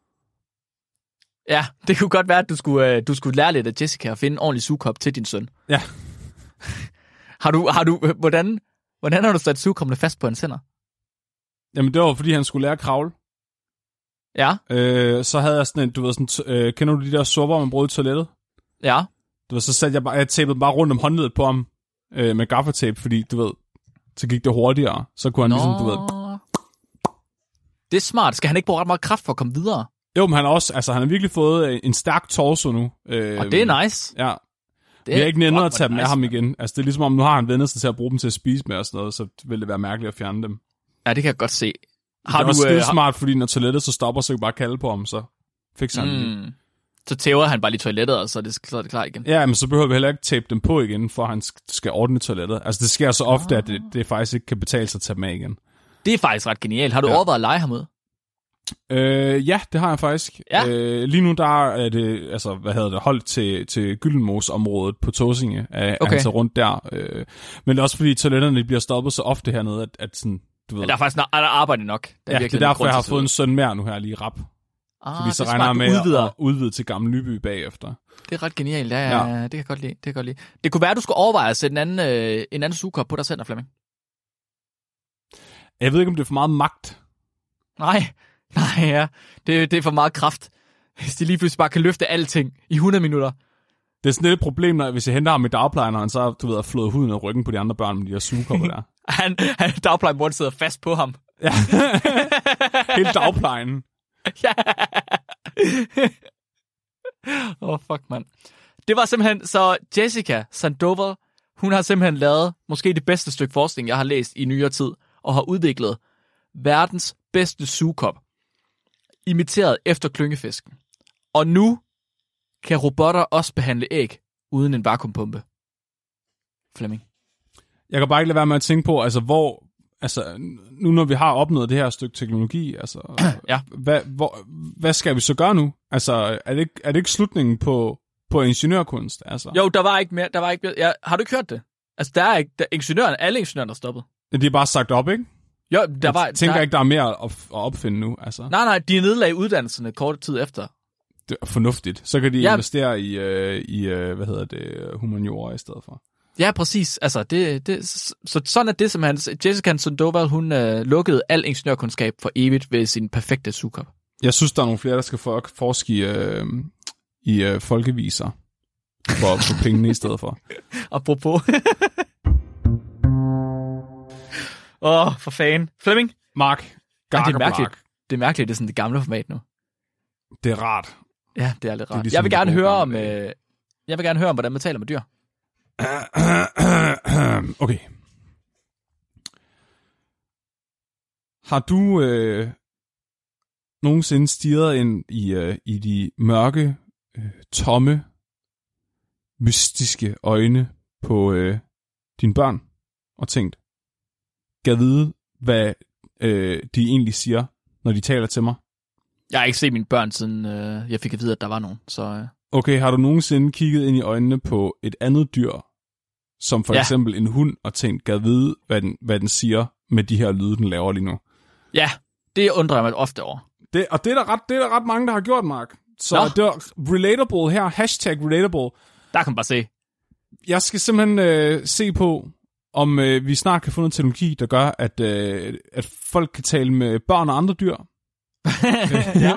Ja, det kunne godt være, at du skulle, du skulle lære lidt af Jessica at finde en ordentlig sugekop til din søn. Ja. har du, har du, hvordan, hvordan har du sat sugekoppene fast på hans hænder? Jamen, det var, fordi han skulle lære at kravle. Ja. Øh, så havde jeg sådan en, du ved, sådan, øh, kender du de der supper, man bruger i toilettet? Ja. Du ved, så satte jeg bare, jeg tapede bare rundt om håndledet på ham, øh, med gaffatape, fordi, du ved, så gik det hurtigere. Så kunne han Nå. ligesom, du ved... Det er smart. Skal han ikke bruge ret meget kraft for at komme videre? Jo, men han har også, altså han har virkelig fået en stærk torso nu. Øh, og det er nice. Ja. Det vi har ikke nændet at tage dem nice, af ham igen. Altså det er ligesom om, nu har han vendt sig til at bruge dem til at spise med og sådan noget, så vil det være mærkeligt at fjerne dem. Ja, det kan jeg godt se. Har det er du, også skide øh, smart, fordi når toilettet så stopper, så kan bare kalde på ham, så fikser han mm. det. Så tæver han bare lige toilettet, og så er det, så er det klar igen. Ja, men så behøver vi heller ikke tape dem på igen, for han skal ordne toilettet. Altså, det sker så ofte, ah. at det, det faktisk ikke kan betale sig at tage dem af igen. Det er faktisk ret genialt. Har du ja. overvejet at lege ham ud? Øh, ja, det har jeg faktisk. Ja. Øh, lige nu der er det, altså, hvad hedder det, holdt til, til Gyldenmos-området på Tåsinge, at okay. han tager rundt der. Øh, men det er også fordi toiletterne bliver stoppet så ofte hernede, at, at sådan, du ved... Ja, der er faktisk der er arbejde nok. Der ja, det er derfor, jeg har fået en søn mere nu her lige rap. Ah, fordi så regner jeg med udvider. at udvide til Gammel Nyby bagefter. Det er ret genialt, ja, ja, ja. Det kan jeg godt lide. Det kan jeg godt lide. Det kunne være, at du skulle overveje at sætte en anden, øh, en anden sugekop på dig selv, Flemming. Jeg ved ikke, om det er for meget magt. Nej, nej, ja. Det, det er for meget kraft. Hvis de lige pludselig bare kan løfte alting i hundrede minutter. Det er sådan lidt et problem, når, hvis jeg henter ham i dagplejen, og han så du ved, har flået huden af ryggen på de andre børn med de der sugekopper der. han, han dagplejen sidder fast på ham. Ja. Hele dagplejen. Ja. Åh, oh, fuck, mand. Det var simpelthen, så Jessica Sandoval, hun har simpelthen lavet måske det bedste stykke forskning, jeg har læst i nyere tid, og har udviklet verdens bedste sugekop, imiteret efter klyngefisken. Og nu kan robotter også behandle æg uden en vakuumpumpe. Flemming. Jeg kan bare ikke lade være med at tænke på, altså hvor, altså nu når vi har opnået det her stykke teknologi, altså ja. hvad, hvor, hvad skal vi så gøre nu? Altså er det ikke, er det ikke slutningen på, på ingeniørkunst? Altså? Jo, der var ikke mere, der var ikke mere. Ja, har du ikke hørt det? Altså der er ikke, der, ingeniøren, alle ingeniører der stoppet. De er bare sagt op, ikke? Jo, der jeg var, tænker der... ikke, der er mere at, at opfinde nu. Altså. Nej, nej, de nedlagde uddannelserne kort tid efter. Det er fornuftigt. Så kan de ja. investere i, uh, i uh, hvad hedder det, humaniora i stedet for. Ja, præcis. Altså, det, det, så sådan er det, som han... Jessica Sandoval, hun uh, lukkede al ingeniørkundskab for evigt ved sin perfekte sugekop. Jeg synes, der er nogle flere, der skal for, forske i, uh, i uh, folkeviser for at få pengene i stedet for. Apropos. Åh, oh, for fan. Flemming? Mark. Ej, det er mærkeligt. Det er mærkeligt, det er sådan det gamle format nu. Det er rart. Ja, det er lidt rart. Er ligesom jeg vil gerne høre om, øh, jeg vil gerne høre om, hvordan man taler med dyr. Okay. Har du øh, nogensinde stirret ind i, øh, i de mørke, øh, tomme, mystiske øjne på øh, dine børn og tænkt, gad vide, hvad øh, de egentlig siger, når de taler til mig? Jeg har ikke set mine børn, siden øh, jeg fik at vide, at der var nogen. Så, øh. Okay, har du nogensinde kigget ind i øjnene på et andet dyr, som for ja. eksempel en hund, og tænkt, gad vide, hvad den, hvad den siger med de her lyde, den laver lige nu? Ja, det undrer jeg mig ofte over. Det, og det er, der ret, det er der ret mange, der har gjort, Mark. Så Nå. det er relatable her, hashtag relatable. Der kan man bare se. Jeg skal simpelthen øh, se på, om øh, vi snart kan få noget teknologi, der gør, at, øh, at folk kan tale med børn og andre dyr. Ja.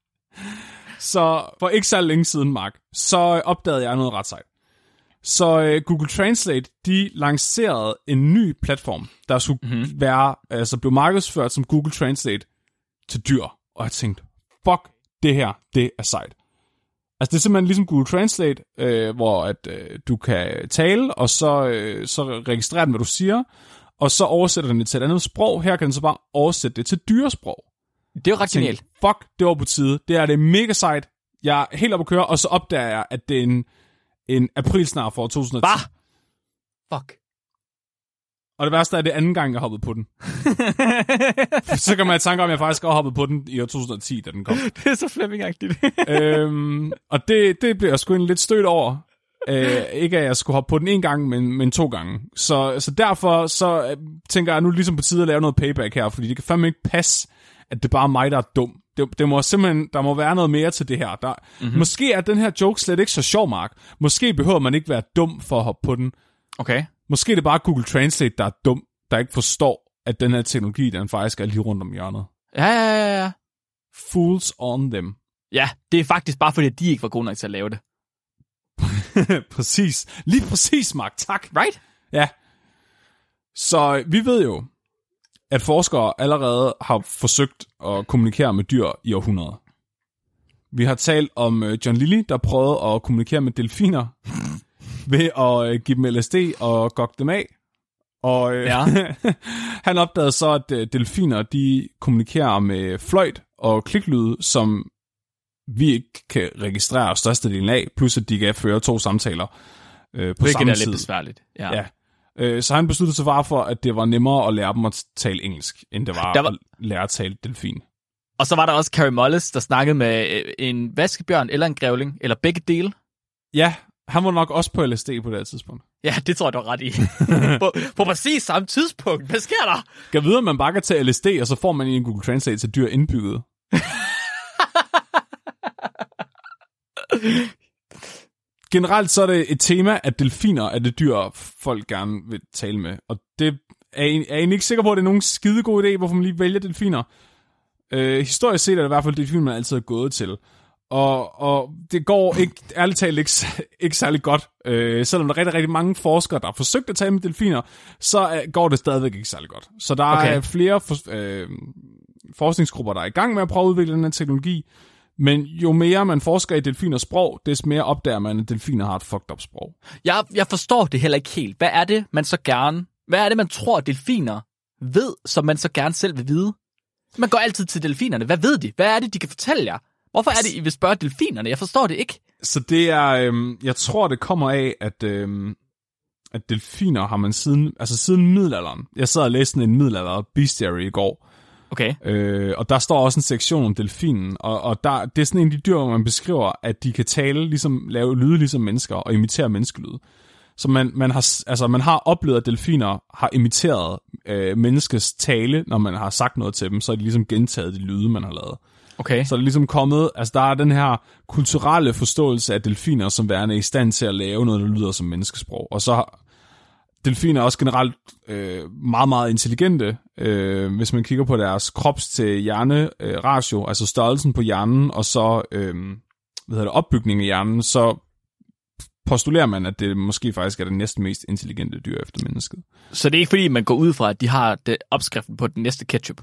Så for ikke så længe siden, Mark, så opdagede jeg noget ret sejt. Så øh, Google Translate, de lancerede en ny platform, der skulle mm-hmm. være, altså blev markedsført som Google Translate til dyr. Og jeg tænkte, fuck, det her, det er sejt. Altså det er simpelthen ligesom Google Translate, øh, hvor at øh, du kan tale, og så, øh, så registrerer den, hvad du siger, og så oversætter den det til et andet sprog. Her kan den så bare oversætte det til dyresprog. Det er jo ret genialt. Fuck, det var på tide. Det er det mega sejt. Jeg er helt oppe at køre, og så opdager jeg, at det er en, en aprilsnar for to tusind og ti. Bah! Fuck. Og det værste er, at det anden gang, jeg hoppede på den. Så kan man have tanker om, at jeg faktisk også hoppede på den i år to tusind og ti, da den kom. Det er så Flemming-agtigt. øhm, og det, det blev jeg sgu lidt stødt over. Øh, ikke at jeg skulle hoppe på den en gang, men, men to gange. Så, så derfor så tænker jeg nu ligesom på tide at lave noget payback her, fordi det kan fandme ikke passe, at det bare er mig, der er dum. Det, det må simpelthen, der må være noget mere til det her. Der, mm-hmm. Måske er den her joke slet ikke så sjov, Mark. Måske behøver man ikke være dum for at hoppe på den. Okay. Måske er det bare Google Translate, der er dum, der ikke forstår, at den her teknologi, den faktisk er lige rundt om hjørnet. Ja, ja, ja, ja. Fools on them. Ja, det er faktisk bare fordi, at de ikke var gode nok til at lave det. Præcis. Lige præcis, Mark. Tak. Right? Ja. Så vi ved jo, at forskere allerede har forsøgt at kommunikere med dyr i århundreder. Vi har talt om John Lilly, der prøvede at kommunikere med delfiner ved at give dem L S D og gokke dem af. Og øh, Ja. han opdagede så, at øh, delfiner, de kommunikerer med fløjt og kliklyde, som vi ikke kan registrere størstedelen af, plus at de kan føre to samtaler øh, på Hvilket samme er tid. lidt besværligt. Ja. Ja. Øh, så han besluttede sig bare for, at det var nemmere at lære dem at tale engelsk, end det var, var... at lære at tale delfin. Og så var der også Carey Mullis, der snakkede med en vaskebjørn eller en grævling, eller begge dele. Ja, han var nok også på L S D på det her tidspunkt. Ja, det tror jeg, du er ret i. på, på præcis samme tidspunkt. Hvad sker der? Kan vide, at man bare kan tage L S D, og så får man i en Google Translate til dyr indbygget. Generelt så er det et tema, at delfiner er det dyr, folk gerne vil tale med. Og det er jeg egentlig ikke sikker på, at det er nogen skidegod idé, hvorfor man lige vælger delfiner. Øh, historisk set er det i hvert fald delfiner, man altid er gået til. Og, og det går ikke, ærligt talt ikke, ikke særlig godt. Øh, selvom der er rigtig, rigtig mange forskere, der har forsøgt at tale med delfiner, så går det stadigvæk ikke særlig godt. Så der okay. er flere for, øh, forskningsgrupper, der er i gang med at prøve at udvikle den her teknologi. Men jo mere man forsker i delfiners sprog, des mere opdager man, at delfiner har et fucked up sprog. Jeg, jeg forstår det heller ikke helt. Hvad er det, man så gerne... Hvad er det, man tror, delfiner ved, som man så gerne selv vil vide? Man går altid til delfinerne. Hvad ved de? Hvad er det, de kan fortælle jer? Hvorfor er det, I vil spørge delfinerne? Jeg forstår det ikke. Så det er... Øhm, jeg tror, det kommer af, at, øhm, at delfiner har man siden... Altså siden middelalderen. Jeg sad og læste en middelalder bestiary i går. Okay. Øh, og der står også en sektion om delfinen, og, og der, det er sådan en af de dyr, hvor man beskriver, at de kan tale, ligesom lave lyde ligesom mennesker, og imitere menneskelyde. Så man, man, har, altså man har oplevet, at delfiner har imiteret øh, menneskets tale, når man har sagt noget til dem, så er de ligesom gentaget de lyde, man har lavet. Okay. Så er det ligesom kommet, altså der er den her kulturelle forståelse af delfiner, som værende i stand til at lave noget, der lyder som menneskesprog. Og så delfiner er også generelt øh, meget, meget intelligente, øh, hvis man kigger på deres krops til hjerne øh, ratio, altså størrelsen på hjernen, og så øh, hvad hedder det, opbygningen af hjernen, så postulerer man, at det måske faktisk er det næsten mest intelligente dyr efter mennesket. Så det er ikke fordi, man går ud fra, at de har det, opskriften på den næste ketchup?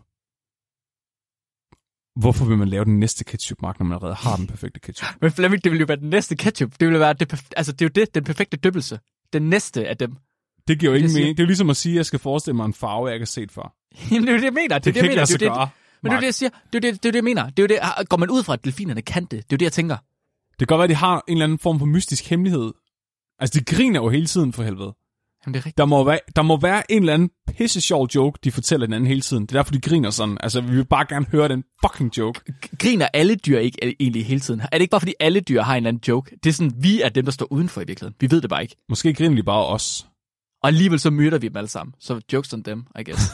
Hvorfor vil man lave den næste ketchup, Mark, når man allerede har den perfekte ketchup? Men Flemming, det vil jo være den næste ketchup. Det vil være det, perf- altså det er jo det, den perfekte dyppelse. Den næste af dem. Det giver jo ingen siger... mening. Det er jo ligesom at sige, at jeg skal forestille mig en farve, jeg ikke har set før. Jamen, det er jo det, jeg mener. Det, det, det kan ikke lade sig det, gøre, men det er det, jeg siger. Det er det, det, er det, jeg mener. Det er jo det, går man ud fra, at delfinerne kan det? Det er jo det, jeg tænker. Det kan godt være, at de har en eller anden form for mystisk hemmelighed. Altså, de griner jo hele tiden, for helvede. Jamen, det er rigtigt. Der må, være, der må være en eller anden pisse sjov joke, de fortæller den anden hele tiden. Det er derfor, de griner sådan. Altså, vi vil bare gerne høre den fucking joke. Griner alle dyr ikke egentlig hele tiden? Er det ikke bare, fordi alle dyr har en eller anden joke? Det er sådan, vi er dem, der står udenfor i virkeligheden. Vi ved det bare ikke. Måske griner de bare os. Og alligevel så myrder vi dem alle sammen. Så jokes on them, I guess.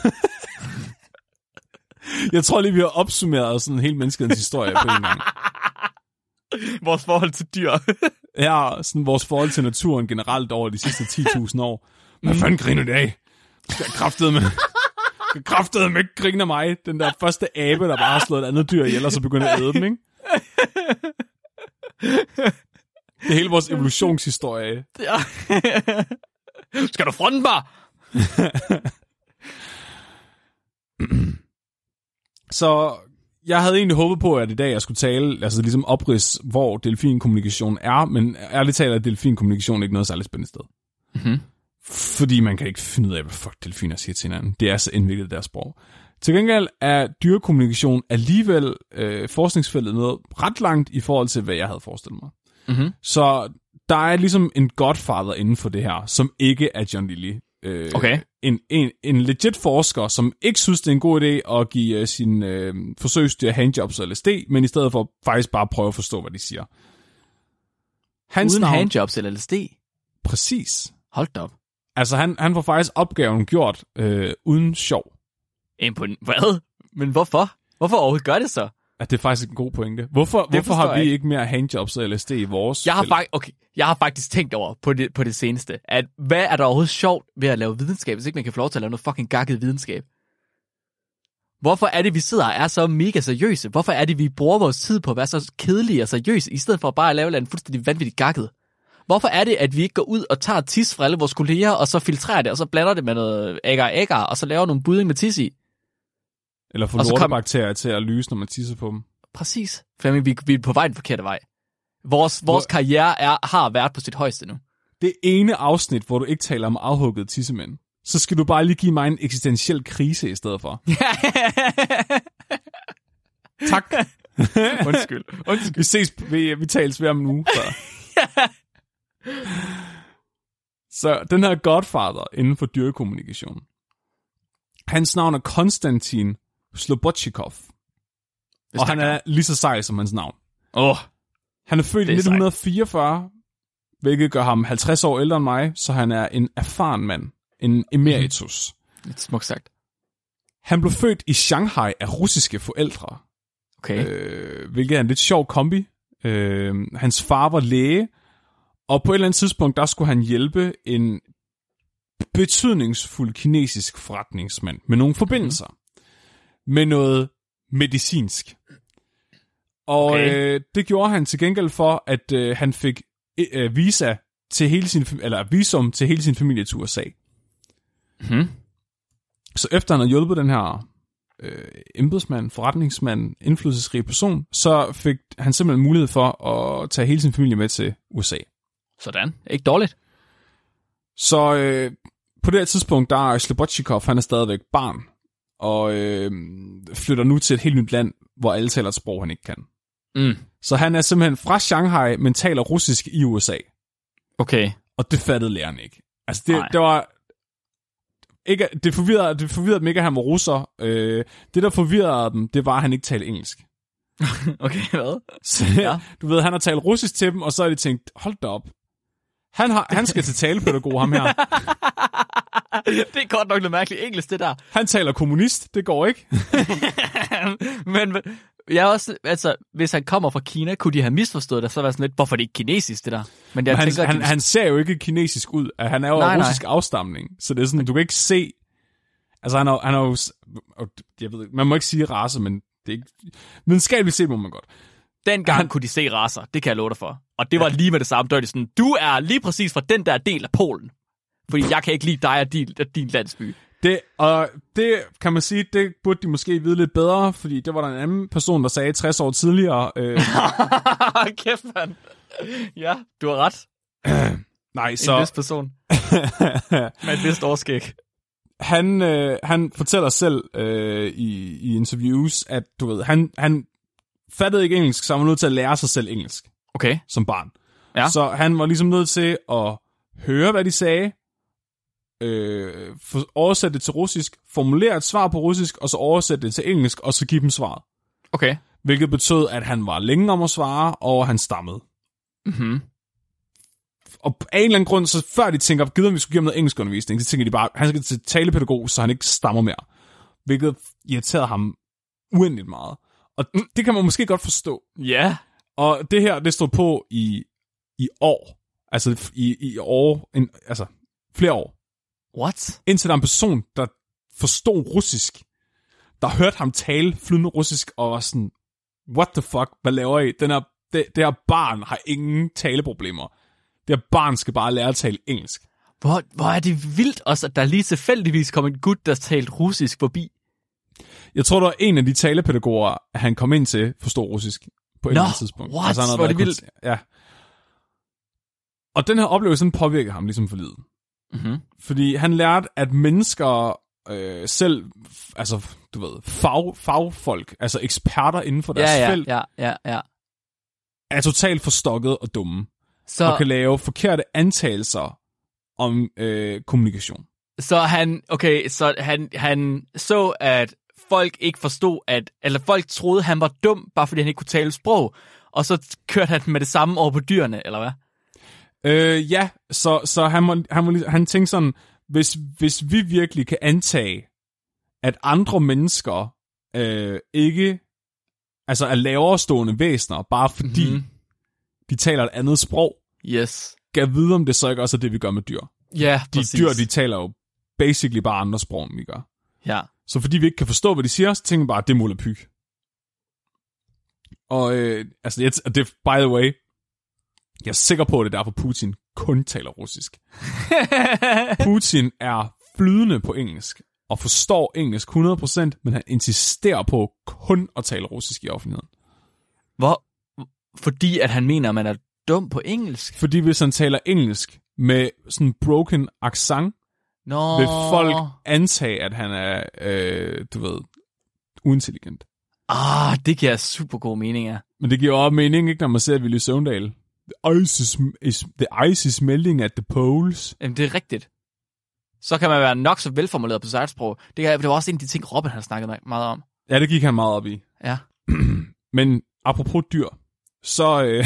Jeg tror lige, vi har opsummeret sådan hele menneskets historie på en gang. Vores forhold til dyr. Ja, sådan vores forhold til naturen generelt over de sidste ti tusind år. Hvad fanden griner det af? Skal jeg kraftede med... Skal kraftede med ikke grine af mig? Den der første abe, der bare har slået et andet dyr ihjel, og så begynder at æde dem, ikke? Det er hele vores evolutionshistorie. Ja. Skal du fronte mig? Så jeg havde egentlig håbet på, at i dag jeg skulle tale, altså ligesom oprids, hvor delfinkommunikation er, men ærligt talt er delfinkommunikation ikke noget særligt spændende sted. Mm-hmm. Fordi man kan ikke finde ud af, hvad fuck delfiner siger til hinanden. Det er så indviklet deres sprog. Til gengæld er dyrekommunikation alligevel øh, forskningsfeltet noget ret langt i forhold til, hvad jeg havde forestillet mig. Mm-hmm. Så der er ligesom en godfather inden for det her, som ikke er John Lilly. Øh, okay. En, en, en legit forsker, som ikke synes, det er en god idé at give uh, sin øh, forsøgsdyr handjobs eller L S D, men i stedet for faktisk bare prøve at forstå, hvad de siger. Hans Uden navn, handjobs eller L S D? Præcis. Hold da op. Altså, han, han får faktisk opgaven gjort øh, uden sjov. Impon- Hvad? Men hvorfor? Hvorfor overhovedet gør det så? At det er faktisk en god pointe. Hvorfor, hvorfor har vi ikke. ikke mere handjobs og L S D i vores jeg har, fakt- okay. jeg har faktisk tænkt over på det, på det seneste, at hvad er der overhovedet sjovt ved at lave videnskab, hvis ikke man kan få lov til at lave noget fucking gakket videnskab? Hvorfor er det, vi sidder og er så mega seriøse? Hvorfor er det, vi bruger vores tid på at være så kedelige og seriøse, i stedet for bare at lave en fuldstændig vanvittigt gakket? Hvorfor er det, at vi ikke går ud og tager tis fra alle vores kolleger, og så filtrerer det, og så blander det med noget agar-agar, og så laver nogle budding med tis i? Eller få lortebakterier kom... til at lyse, når man tisser på dem. Præcis. Flemming, vi, vi er på vej den forkerte vej. Vores, vores karriere er, har været på sit højeste nu. Det ene afsnit, hvor du ikke taler om afhugget tissemænd. så skal du bare lige give mig en eksistentiel krise i stedet for. Tak. Undskyld. Undskyld. Vi ses, vi, vi tales ved om en uge. Så. så den her Godfather inden for dyrekommunikation, hans navn er Konstantin Slobodchikov. Og han er lige så sej som hans navn. Åh. Oh, han er født i nitten fireogfyrre, hvilket gør ham halvtreds år ældre end mig, så han er en erfaren mand. En emeritus. Lidt smukt sagt. Han blev født i Shanghai af russiske forældre. Okay. Øh, hvilket er en lidt sjov kombi. Øh, hans far var læge, og på et eller andet tidspunkt, der skulle han hjælpe en betydningsfuld kinesisk forretningsmand med nogle forbindelser. Mm-hmm. Med noget medicinsk. Og okay. øh, det gjorde han til gengæld for, at øh, han fik øh, visa til hele sin, eller visum til hele sin familie til U S A. Mm-hmm. Så efter han havde hjulpet den her øh, embedsmand, forretningsmand, indflydelsesrig person, så fik han simpelthen mulighed for at tage hele sin familie med til U S A. Sådan. Ikke dårligt. Så øh, på det her tidspunkt, der er Slobodchikov, han er stadigvæk barn, og øh, flytter nu til et helt nyt land, hvor alle taler et sprog, han ikke kan. Mm. Så han er simpelthen fra Shanghai, men taler russisk i U S A. Okay. Og det fattede læreren ikke. Altså, det, det var... Ikke, det forvirrede, det forvirrede dem ikke, at han var russer. Øh, det, der forvirrede dem, det var, at han ikke talte engelsk. Okay, hvad? Så, ja. Du ved, han har talt russisk til dem, og så har de tænkt, hold da op. Han, har, han skal til talepædagog, ham her. Det er godt nok noget mærkeligt engelsk, det der. Han taler kommunist, det går ikke. men, men jeg også, altså, hvis han kommer fra Kina, kunne de have misforstået det, så var sådan lidt, hvorfor er det ikke kinesisk, det der? Men, jeg men han, tænker, han, de... han ser jo ikke kinesisk ud. Han er jo af russisk afstamning, så det er sådan, du kan ikke se... Altså, han er, han er jo... Jeg ved ikke, man må ikke sige race, men det er ikke... Videnskabeligt set må man godt. Dengang han... kunne de se racer, det kan jeg love dig for. Og det var ja. lige med det samme. Der var de sådan, du er lige præcis fra den der del af Polen. Fordi jeg kan ikke lide dig og din, din landsby. Det, og det kan man sige, det burde de måske vide lidt bedre, fordi det var der en anden person, der sagde tres år tidligere. Øh... Kæft, mand. Ja, du har ret. Nej, så... En vis person. Med et vist overskæg. Han, øh, han fortæller selv øh, i, i interviews, at du ved, han, han fattede ikke engelsk, så han var nødt til at lære sig selv engelsk. Okay. Som barn. Ja. Så han var ligesom nødt til at høre, hvad de sagde, øh, oversætte det til russisk, formulere et svar på russisk, og så oversætte det til engelsk, og så give dem svaret. Okay. Hvilket betød, at han var længe om at svare, og han stammede. Mhm. Og af en eller anden grund, så før de tænker, gider vi skulle give ham noget engelsk undervisning, så tænker de bare, han skal til talepædagog, så han ikke stammer mere. Hvilket irriterede ham uendeligt meget. Og det kan man måske godt forstå. Ja. Yeah. Og det her, det stod på i, i år. Altså i, i år, en, altså flere år. What? Indtil der er en person, der forstod russisk, der hørte ham tale flydende russisk, og var sådan, what the fuck, hvad laver I? Den her, det, det her barn har ingen taleproblemer. Det her barn skal bare lære at tale engelsk. Hvor, hvor er det vildt også, at der lige tilfældigvis kom en gut, der talte russisk forbi. Jeg tror, der var en af de talepædagoger, han kom ind til, forstod russisk på et Nå, eller andet tidspunkt. what? Altså, hvor er det vildt. Ja. Og den her oplevelse, den påvirkede ham ligesom for livet. Mm-hmm. Fordi han lærte, at mennesker øh, selv, altså du ved, fag, fagfolk, altså eksperter inden for deres ja, ja, felt, ja, ja, ja. er totalt forstokket og dumme. Så... Og kan lave forkerte antagelser om øh, kommunikation. Så han, okay, så han, han så, at folk ikke forstod, at, eller folk troede, han var dum, bare fordi han ikke kunne tale sprog, og så kørte han med det samme over på dyrene, eller hvad? Øh, ja, så, så han, må, han, må, han tænkte sådan, hvis, hvis vi virkelig kan antage, at andre mennesker øh, ikke, altså er lavere stående væsener, bare fordi mm-hmm. de taler et andet sprog, yes. kan vide, om det så ikke også er det, vi gør med dyr. Ja, de præcis. dyr, de taler jo basically bare andre sprog, end vi gør. Ja. Så fordi vi ikke kan forstå, hvad de siger, så tænker vi bare, at det er mulepyg. Og øh, altså, jeg, det, by the way, jeg er sikker på, at det er derfor Putin kun taler russisk. Putin er flydende på engelsk, og forstår engelsk hundrede procent, men han insisterer på kun at tale russisk i offentligheden. Hvor? Fordi at han mener, at man er dum på engelsk? Fordi hvis han taler engelsk med sådan en broken accent, Nå. vil folk antage, at han er, øh, du ved, uintelligent. Ah, det giver super god mening, ja. Men det giver også mening, ikke, når man ser Willy Søvndal. The ice is, is, the ice is melting at the poles. Jamen, det er rigtigt. Så kan man være nok så velformuleret på sejrsprog. Det, er, det var også en af de ting, Robin har snakket meget om. Ja, det gik han meget op i. Ja. Men apropos dyr, så... Øh,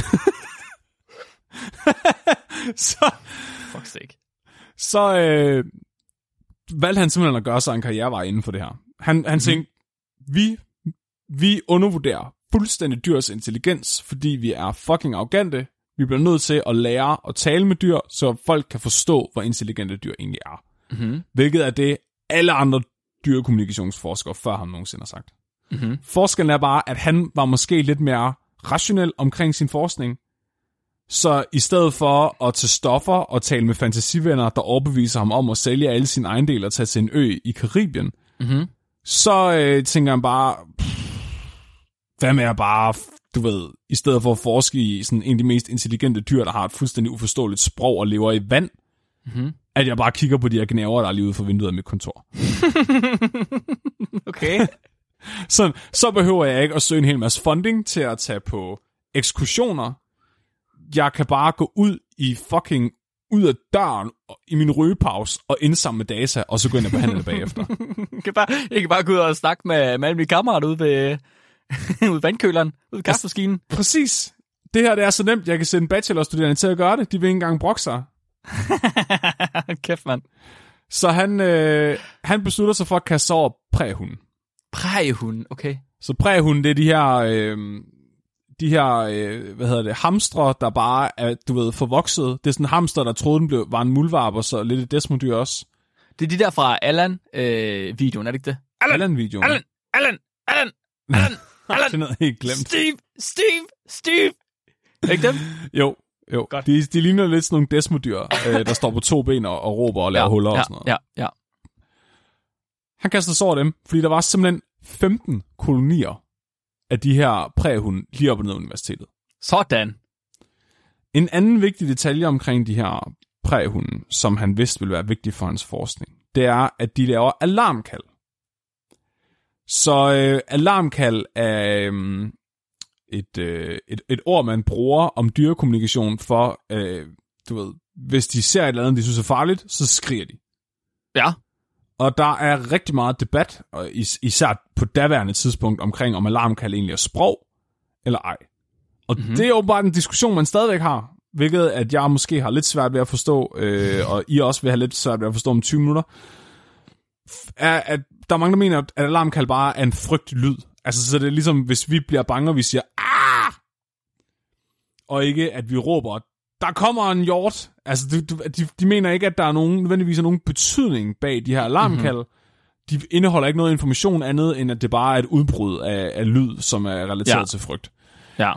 så... Fuck sake. Så øh, valgte han simpelthen at gøre sig en karrierevej inden for det her. Han, han mm. tænkte, vi, vi undervurderer fuldstændig dyrs intelligens, fordi vi er fucking arrogante. Vi bliver nødt til at lære at tale med dyr, så folk kan forstå, hvor intelligente dyr egentlig er. Mm-hmm. Hvilket er det, alle andre dyrekommunikationsforskere før ham nogensinde har sagt. Mm-hmm. Forskellen er bare, at han var måske lidt mere rationel omkring sin forskning. Så i stedet for at tage stoffer og tale med fantasivenner, der overbeviser ham om at sælge alle sine ejendele og tage til en ø i Karibien, mm-hmm. så øh, tænker han bare, pff, hvad med at bare, du ved, i stedet for at forske i sådan en af de mest intelligente dyr, der har et fuldstændig uforståeligt sprog og lever i vand, mm-hmm. at jeg bare kigger på de her gnæver, der er lige ude for vinduet af mit kontor. Okay. så, så behøver jeg ikke at søge en hel masse funding til at tage på ekskursioner. Jeg kan bare gå ud i fucking ud af døren i min rygepause og indsamle data, og så gå ind og behandle det bagefter. jeg, kan bare, jeg kan bare gå ud og snakke med, med alle mine kammerater ude ved ude ved vandkøleren, ude ved kaffemaskinen. Præcis. Det her det er så nemt, jeg kan sende bachelorstuderende til at gøre det. De vil ikke engang brokke sig. Kæft, mand. Så han, øh, han beslutter sig for at kaste over præhunden. Præhunden, okay. Så præhunden, det er de her... Øh, de her, øh, hvad hedder det, hamstre, der bare er, du ved, forvokset. Det er sådan en hamster, der troede, den blev, var en muldvarp, og så lidt et desmodyr også. Det er de der fra Allan-videoen, øh, er det ikke det? Allan-videoen. Allan, Allan, Allan, Allan, Allan. Det er noget helt glemt. Steve, Steve, Steve. Er ikke dem? Jo, jo. De, de ligner lidt sådan nogle desmodyr, øh, der står på to ben og, og råber og laver ja, huller ja, og sådan noget. Ja, ja. Han kaster sig over dem, fordi der var simpelthen femten kolonier af de her præhunde lige op og ned af universitetet. Sådan. En anden vigtig detalje omkring de her præhunde, som han vidste ville være vigtig for hans forskning, det er, at de laver alarmkald. Så øh, alarmkald er øh, et, øh, et, et ord, man bruger om dyrekommunikation for, øh, du ved, hvis de ser et eller andet, de synes er farligt, så skriger de. Ja. Og der er rigtig meget debat, og is- især på daværende tidspunkt, omkring om alarmkald egentlig er sprog, eller ej. Og mm-hmm. det er jo bare en diskussion, man stadigvæk har, hvilket at jeg måske har lidt svært ved at forstå, øh, og I også vil have lidt svært ved at forstå om tyve minutter, er, at der er mange, der mener, at alarmkald bare er en frygtelig lyd. Altså, så det er ligesom, hvis vi bliver bange, og vi siger, ah! Og ikke, at vi råber, der kommer en hjort. Altså, de, de, de mener ikke, at der er nogen, nødvendigvis er nogen betydning bag de her alarmkald. Mm-hmm. De indeholder ikke noget information andet, end at det bare er et udbrud af, af lyd, som er relateret ja. til frygt. Ja.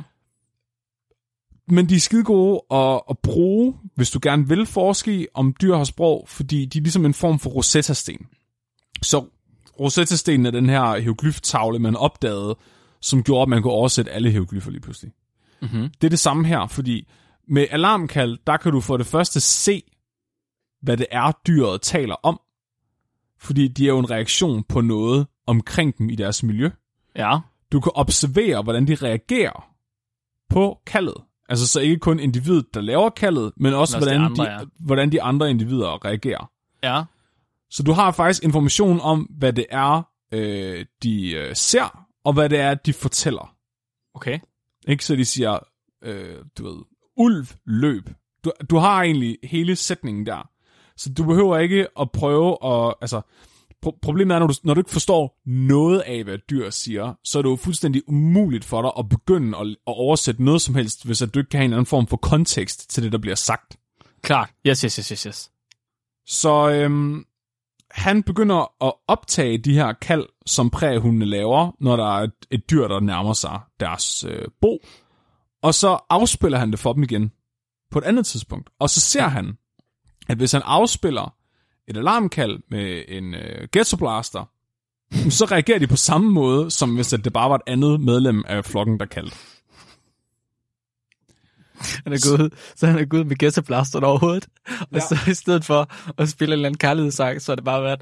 Men de er skide gode at, at bruge, hvis du gerne vil forske i, om dyr har sprog, fordi de er ligesom en form for Rosetta-sten. Så Rosetta-stenen er den her hieroglyftavle, man opdagede, som gjorde, at man kunne oversætte alle hieroglyffer lige pludselig. Mm-hmm. Det er det samme her, fordi med alarmkald, der kan du for det første se, hvad det er, dyret taler om. Fordi de er jo en reaktion på noget omkring dem i deres miljø. Ja. Du kan observere, hvordan de reagerer på kaldet. Altså så ikke kun individet, der laver kaldet, men også, men også hvordan, de andre, ja. de, hvordan de andre individer reagerer. Ja. Så du har faktisk information om, hvad det er, øh, de øh, ser, og hvad det er, de fortæller. Okay. Ikke så de siger, øh, du ved, ulv, løb. Du, du har egentlig hele sætningen der. Så du behøver ikke at prøve at... Altså, pro- problemet er, når du, når du ikke forstår noget af, hvad dyr siger, så er det jo fuldstændig umuligt for dig at begynde at, at oversætte noget som helst, hvis at du ikke kan have en anden form for kontekst til det, der bliver sagt. Klart. Yes, yes, yes, yes, yes. Så øhm, han begynder at optage de her kald, som præhundene laver, når der er et, et dyr, der nærmer sig deres øh, bo. Og så afspiller han det for dem igen på et andet tidspunkt. Og så ser han, at hvis han afspiller et alarmkald med en øh, ghettoblaster, så reagerer de på samme måde, som hvis det bare var et andet medlem af flokken, der kaldte. Han er gået, så han er gået med gæsseblasteren over hovedet. Og Ja. så i stedet for at spille en eller anden kærlighedssang, så har det bare været...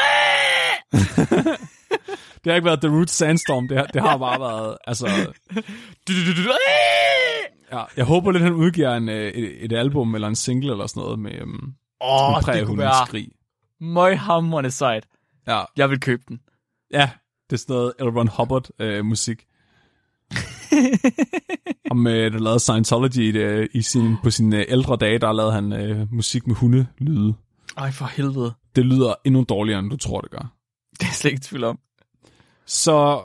Det har ikke været The Roots Sandstorm, det har, det har bare været, altså... Ja, jeg håber lidt, han udgiver en, et, et album eller en single eller sådan noget med, um, Åh, med det kunne præhundens være skrig. møghamrende sejt. Ja, Jeg vil købe den. ja, det er sådan noget L. Ron Hubbard-musik. Om øh, der lavede Scientology det, i sin, på sine øh, ældre dage, der lavede han øh, musik med hundelyde. Ej, for helvede. Det lyder endnu dårligere, end du tror, det gør. Det er jeg slet ikke i tvivl om. Så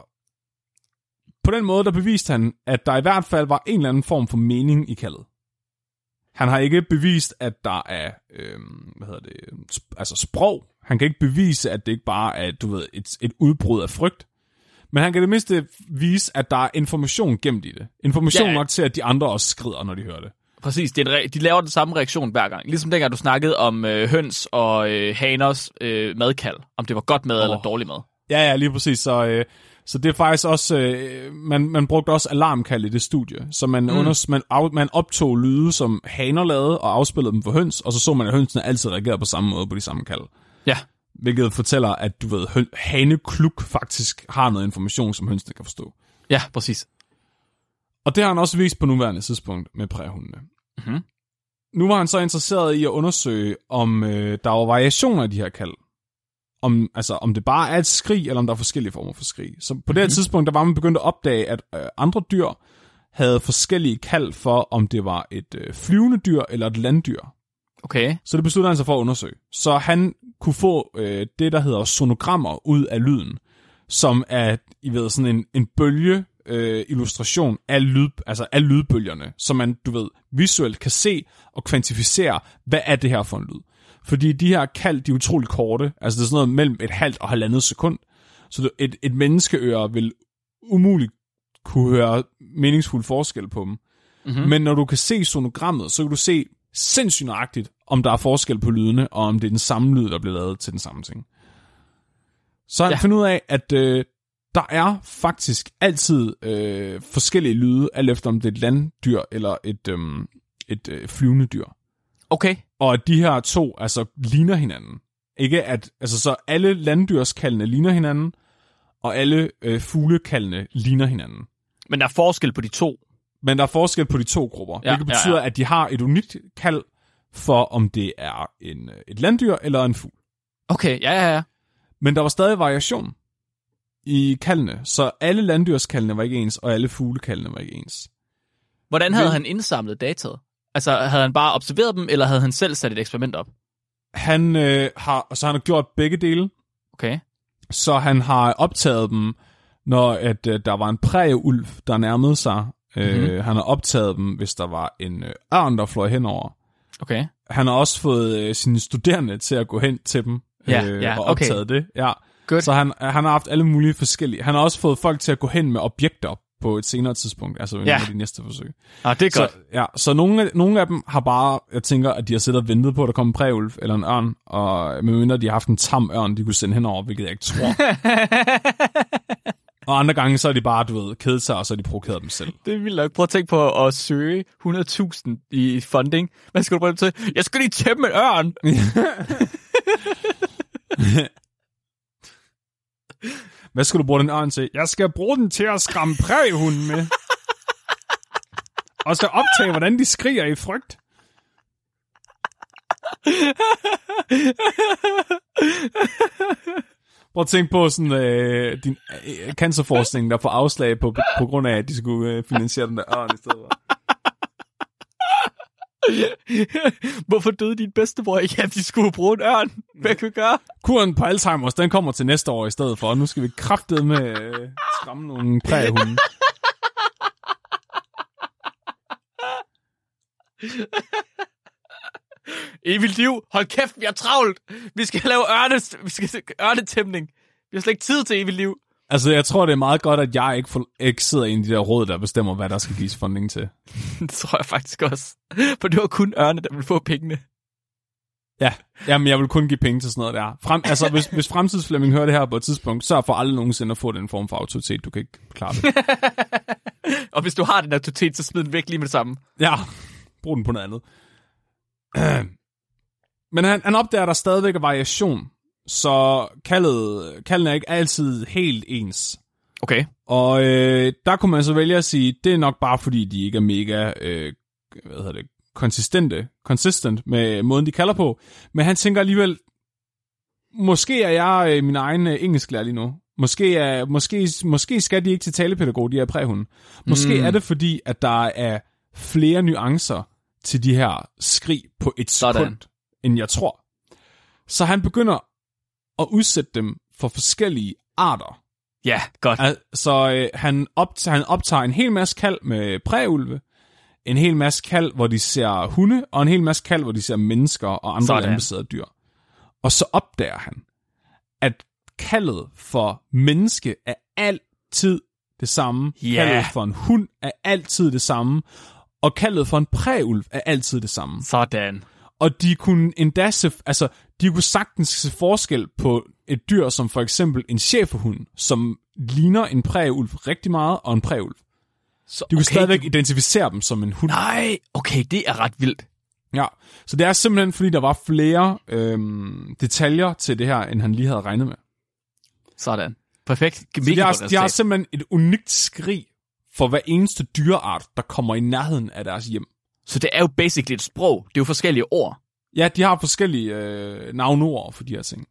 på den måde, der beviste han, at der i hvert fald var en eller anden form for mening i kaldet. Han har ikke bevist, at der er øh, hvad hedder det, sp- altså sprog. Han kan ikke bevise, at det ikke bare er, du ved, et, et udbrud af frygt. Men han kan det mindste vise, at der er information gemt i det. Information Ja. nok til, at de andre også skrider, når de hører det. Præcis, det er en re- de laver den samme reaktion hver gang. Ligesom dengang du snakkede om øh, høns og øh, haners øh, madkald. Om det var godt mad oh. eller dårlig mad. Ja, ja, lige præcis. Så, øh, så det er faktisk også... Øh, man, man brugte også alarmkald i det studie. Så man, mm. under, man, af, man optog lyde, som haner lavede, og afspillede dem for høns, og så så man, at hønsene altid reagerede på samme måde på de samme kald. Ja. Hvilket fortæller, at du ved, høn, hanekluk faktisk har noget information, som hønsene kan forstå. Ja, præcis. Og det har han også vist på nuværende tidspunkt med præhundene. Mm-hmm. Nu var han så interesseret i at undersøge, om øh, der var variationer i de her kald. Om, altså, om det bare er et skrig, eller om der er forskellige former for skrig. Så på mm-hmm. det her tidspunkt, der var man begyndt at opdage, at øh, andre dyr havde forskellige kald for, om det var et øh, flyvende dyr eller et landdyr. Okay. Så det besluttede han sig for at undersøge. Så han kunne få øh, det, der hedder sonogrammer ud af lyden, som er, I ved, sådan en, en bølge øh, illustration af, lyd, altså af lydbølgerne, så man, du ved, visuelt kan se og kvantificere, hvad er det her for en lyd. Fordi de her kald, de er utroligt korte, altså det er sådan noget mellem et halvt og halvandet sekund, så et, et menneskeøre vil umuligt kunne høre meningsfuld forskel på dem. Mm-hmm. Men når du kan se sonogrammet, så kan du se sindssygt nøjagtigt, om der er forskel på lydene, og om det er den samme lyd, der bliver lavet til den samme ting. Så han ja. finder ud af, at øh, der er faktisk altid øh, forskellige lyde, alt efter om det er et landdyr eller et, øh, et øh, flyvende dyr. Okay. Og at de her to altså ligner hinanden. Ikke at, altså så alle landdyrskaldene ligner hinanden, og alle øh, fuglekaldene ligner hinanden. Men der er forskel på de to. Men der er forskel på de to grupper, ja, hvilket betyder, ja, ja. at de har et unikt kald for, om det er en, et landdyr eller en fugl. Okay, ja, ja, ja. Men der var stadig variation i kaldene, så alle landdyrskaldene var ikke ens, og alle fuglekaldene var ikke ens. Hvordan havde Men, han indsamlet dataet? Altså, havde han bare observeret dem, eller havde han selv sat et eksperiment op? Han øh, har, så han har gjort begge dele. Okay. Så han har optaget dem, når at, øh, der var en prægeulv, der nærmede sig. Mm-hmm. Øh, han har optaget dem, hvis der var en øh, ørn, der fløj henover. Okay. Han har også fået øh, sine studerende til at gå hen til dem ja, øh, ja, og optaget okay. det. Ja. Good. Så han, han har haft alle mulige forskellige. Han har også fået folk til at gå hen med objekter på et senere tidspunkt, altså ja. i de næste forsøg. Ah, det er godt. Så, ja, så nogle af, nogle af dem har bare, jeg tænker, at de har siddet og ventet på, at der kommer en præulv eller en ørn, og medmindre de har haft en tam ørn, de kunne sende henover, hvilket jeg ikke tror. Og andre gange, så er de bare, du ved, kedet sig, og så er de provokeret dem selv. Det er vildt nok. Prøv at tænke på at søge hundrede tusind i funding. Hvad skal du bruge dem til? Jeg skal lige tæmme en ørn! Hvad skal du bruge den ørn til? Jeg skal bruge den til at skræmme præriehunden med. Og så optage, hvordan de skriger i frygt. Prøv at tænke på sådan, øh, din øh, cancerforskning, der får afslag på, på grund af, at de skulle øh, finansiere den der ørn i stedet for. Hvorfor døde din bedstemor ikke, at de skulle bruge en ørn? Hvad kan vi gøre? Kuren på Alzheimer's, den kommer til næste år i stedet for, og nu skal vi kraftedeme øh, skræmme nogle prægehunde. Evigt liv, hold kæft, vi er travlt. Vi skal lave ørne, vi skal ørnetæmning. Vi har slet ikke tid til evigt liv. Altså, jeg tror, det er meget godt, at jeg ikke, for, ikke sidder i en af de der råd, der bestemmer, hvad der skal gives funding til. Det tror jeg faktisk også. For det var kun ørne, der ville få pengene. Ja, jamen jeg vil kun give penge til sådan noget der. Frem, altså, hvis, hvis Fremtidsflemming hører det her på et tidspunkt, så for aldrig nogensinde at få den form for autoritet. Du kan ikke klare det. Og hvis du har den autoritet, så smid den væk lige med det samme. Ja, brug den på noget andet. Men han, han opdager, at der stadigvæk er variation, så kaldet, kalden er ikke altid helt ens. Okay. Og øh, der kunne man så vælge at sige, det er nok bare fordi, de ikke er mega øh, hvad hedder det, konsistente, consistent med måden, de kalder på. Men han tænker alligevel, måske er jeg øh, min egen øh, engelsklærer lige nu. Måske, er, måske, måske skal de ikke til talepædagog, de her præhunden. Måske mm. er det fordi, at der er flere nuancer til de her skrig på et sekund, Sådan. end jeg tror. Så han begynder at udsætte dem for forskellige arter. Ja, godt. Så øh, han, optager, han optager en hel masse kald med præulve, en hel masse kald, hvor de ser hunde, og en hel masse kald, hvor de ser mennesker og andre landbaserede dyr. Og så opdager han, at kaldet for menneske er altid det samme. Yeah. Kaldet for en hund er altid det samme. Og kaldet for en præulv er altid det samme. Sådan. Og de kunne endda se, altså, de kunne sagtens se forskel på et dyr, som for eksempel en schæferhund, som ligner en præulv rigtig meget, og en præulv. Så, de kunne okay, stadigvæk du... identificere dem som en hund. Nej, okay, det er ret vildt. Ja, så det er simpelthen, fordi der var flere øhm, detaljer til det her, end han lige havde regnet med. Sådan. Perfekt. Så de har, de har simpelthen et unikt skrig for hver eneste dyreart, der kommer i nærheden af deres hjem. Så det er jo basically et sprog. Det er jo forskellige ord. Ja, de har forskellige øh, navnord for de her ting.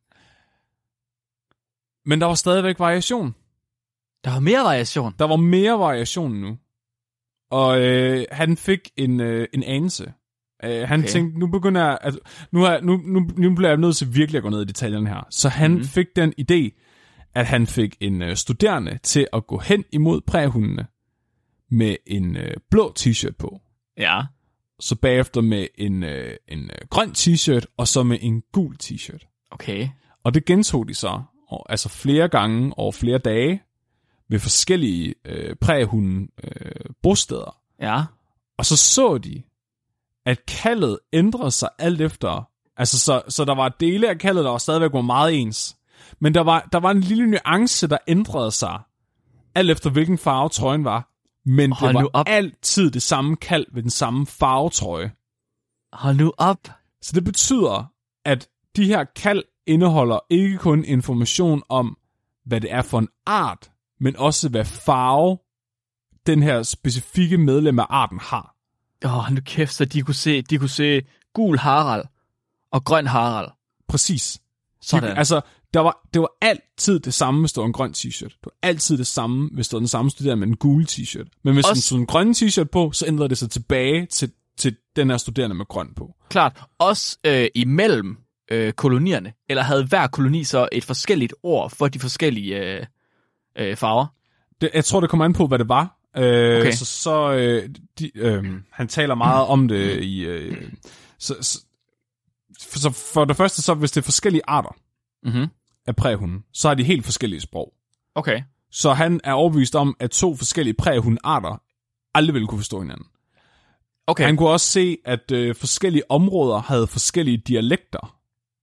Men der var stadigvæk variation. Der var mere variation? Der var mere variation nu. Og øh, han fik en, øh, en anelse. Øh, han okay. tænkte, nu begynder jeg, altså, nu, er, nu, nu, nu bliver jeg nødt til virkelig at gå ned i detaljerne her. Så han mm. fik den idé, at han fik en øh, studerende til at gå hen imod præhundene med en øh, blå t-shirt på. Ja. Så bagefter med en, øh, en øh, grøn t-shirt, og så med en gul t-shirt. Okay. Og det gentog de så, og, altså flere gange over flere dage, ved forskellige øh, præhunde øh, bosteder. Ja. Og så så de, at kaldet ændrede sig alt efter, altså så, så der var dele af kaldet, der var stadigvæk var meget ens. Men der var, der var en lille nuance, der ændrede sig, alt efter hvilken farve trøjen var. Men Hold det var altid det samme kald ved den samme farvetrøje. Hold nu op. Så det betyder, at de her kald indeholder ikke kun information om, hvad det er for en art, men også hvad farve den her specifikke medlem af arten har. Åh, oh, nu kæft, så de kunne se, de kunne se gul Harald og grøn Harald. Præcis. Sådan. De, altså, der var, det var altid det samme, hvis det var en grøn t-shirt. Det var altid det samme, hvis det var den samme studerende med en gul t-shirt. Men hvis Også... den stod en grøn t-shirt på, så ændrede det sig tilbage til, til den her studerende med grøn på. Klart. Også øh, imellem øh, kolonierne. Eller havde hver koloni så et forskelligt ord for de forskellige øh, øh, farver? Det, jeg tror, det kommer an på, hvad det var. Øh, okay. Så, så øh, de, øh, han taler meget om det i... Øh, så, så, så for det første, så hvis det er forskellige arter, mm-hmm. af præhunden, så har de helt forskellige sprog. Okay. Så han er overbevist om, at to forskellige præhundarter aldrig ville kunne forstå hinanden. Okay. Han kunne også se, at øh, forskellige områder havde forskellige dialekter.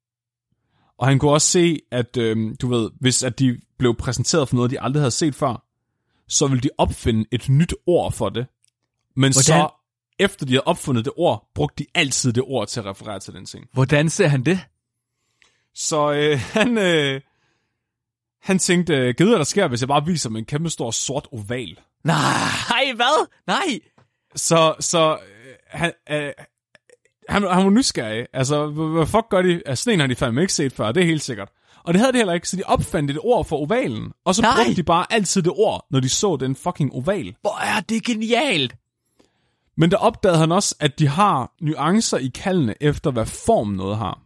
Og han kunne også se, at øh, du ved, hvis at de blev præsenteret for noget, de aldrig havde set før, så ville de opfinde et nyt ord for det. Men Hvordan? så, efter de havde opfundet det ord, brugte de altid det ord til at referere til den ting. Hvordan ser han det? Så øh, han, øh, han tænkte, gid hvad der sker, hvis jeg bare viser mig en kæmpe stor sort oval. Nej, hvad? Nej. Så, så øh, han, øh, han, han var nysgerrig. Altså, hvad fuck gør de? Altså, sådan en har de fandme ikke set før, det er helt sikkert. Og det havde de heller ikke, så de opfandt et ord for ovalen. Og så Nej. brugte de bare altid det ord, når de så den fucking oval. Hvor er det genialt! Men der opdagede han også, at de har nuancer i kaldene efter, hvad form noget har.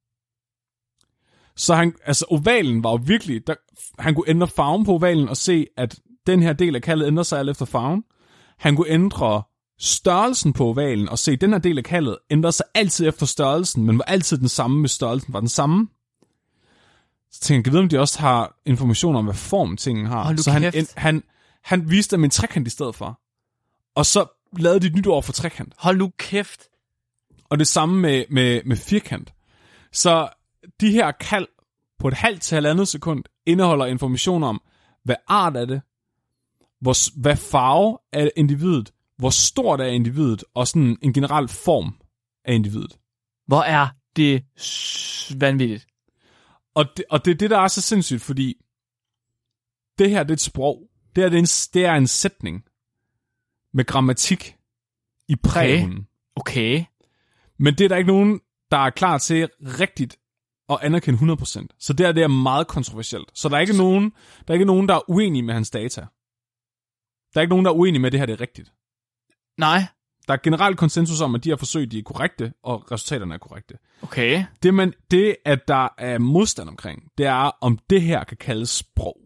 Så han, altså ovalen var jo virkelig, der, han kunne ændre farven på ovalen og se, at den her del af kaldet ændrer sig alt efter farven. Han kunne ændre størrelsen på ovalen og se, at den her del af kaldet ændrer sig altid efter størrelsen, men var altid den samme, hvis størrelsen var den samme. Så tænkte jeg, jeg ved, om de også har information om, hvad form tingen har. Så han, en, han, han viste dem en trekant i stedet for. Og så lavede de et nyt ord for trekant. Hold nu kæft. Og det samme med, med, med firkant. Så de her kald på et halvt til halvandet sekund indeholder information om, hvad art er det, hvor, hvad farve er individet, hvor stort er individet, og sådan en generel form af individet. Hvor er det vanvittigt. Og det, og det er det, der er så sindssygt, fordi det her, det er et sprog. Det, her, det, er, en, det er en sætning med grammatik i præhunden. Okay. okay. Men det er der ikke nogen, der er klar til rigtigt at anerkende hundrede procent. Så det, her, det er meget kontroversielt. Så der er, ikke nogen, der er ikke nogen, der er uenige med hans data. Der er ikke nogen, der er uenige med, at det her det er rigtigt. Nej. Der er generelt konsensus om, at de her forsøg de er korrekte, og resultaterne er korrekte. Okay. Det, man, det, at der er modstand omkring, det er, om det her kan kaldes sprog.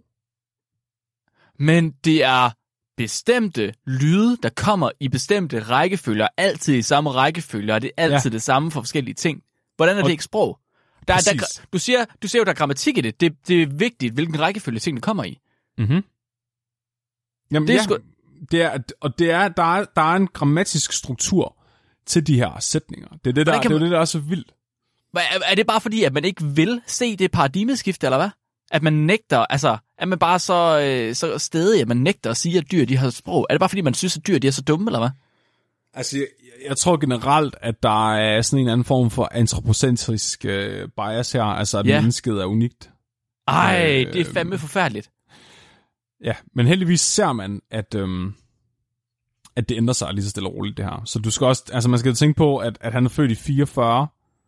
Men det er bestemte lyde, der kommer i bestemte rækkefølger, altid i samme rækkefølge, og det er altid ja. det samme for forskellige ting. Hvordan er og det ikke sprog? Der, der, du, siger, du siger jo, der er grammatik i det. det. Det er vigtigt, hvilken rækkefølge tingene kommer i. Mhm. Jamen, det er ja. sgu... Det er, og det er, der, er, der er en grammatisk struktur til de her sætninger. Det er det, der, det er, man... det, der er så vildt. Er, er det bare fordi, at man ikke vil se det paradigmeskifte, eller hvad? At man nægter, altså, er man bare så, øh, så stedig, at man nægter at sige, at dyr de har sprog? Er det bare fordi, man synes, at dyr de er så dumme, eller hvad? Altså, jeg, jeg tror generelt, at der er sådan en anden form for antropocentrisk øh, bias her, altså at ja. mennesket er unikt. Ej, øh, det er fandme forfærdeligt. Ja, men heldigvis ser man, at, øhm, at det ændrer sig lige så stille og roligt, det her. Så du skal også, altså man skal tænke på, at, at han er født i fireogfyrre.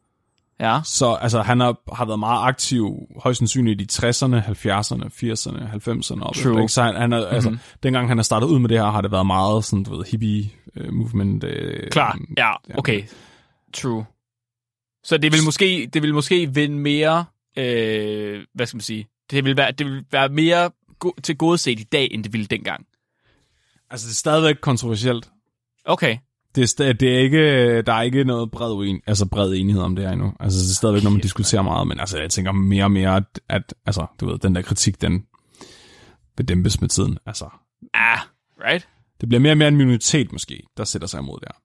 Ja. Så altså, han har, har været meget aktiv, højst sandsynligt i tresserne, halvfjerdserne, firserne, halvfemserne. Op, True. Så han, han er, mm-hmm. altså, dengang han har startet ud med det her, har det været meget sådan, du ved, hippie-movement. Øh, Klar, ja, okay. True. Så det vil måske, det vil måske vinde mere, øh, hvad skal man sige, det vil være, det vil være mere til gode set i dag, end det ville dengang. Altså, det er stadigvæk kontroversielt. Okay. Det er, det er ikke, der er ikke noget bred, uen, altså bred enighed om det her endnu. Altså, det er stadigvæk, når man diskuterer meget, men altså, jeg tænker mere og mere, at, at altså, du ved, den der kritik, den bedæmpes med tiden. Altså, ah, right? Det bliver mere og mere en minoritet, måske, der sætter sig imod det her.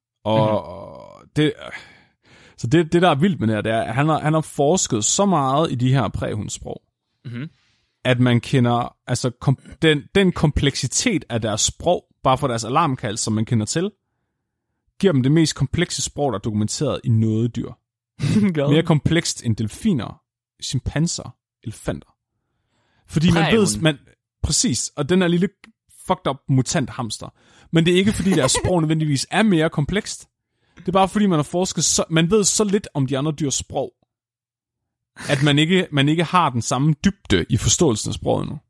Og mm-hmm. det, så det, det, der er vildt med det her, det er, at han har, han har forsket så meget i de her præhundssprog, mm-hmm. at man kender, altså, kom, den, den kompleksitet af deres sprog, bare for deres alarmkald, som man kender til, giver dem det mest komplekse sprog, der er dokumenteret i noget dyr. Mere komplekst end delfiner, chimpanser, elefanter. Fordi man ved, man, præcis, og den er lille fucked up mutant hamster. Men det er ikke, fordi deres sprog nødvendigvis er mere komplekst. Det er bare, fordi man har forsket, så, man ved så lidt om de andre dyrs sprog, at man ikke, man ikke har den samme dybde i forståelsen af sproget nu.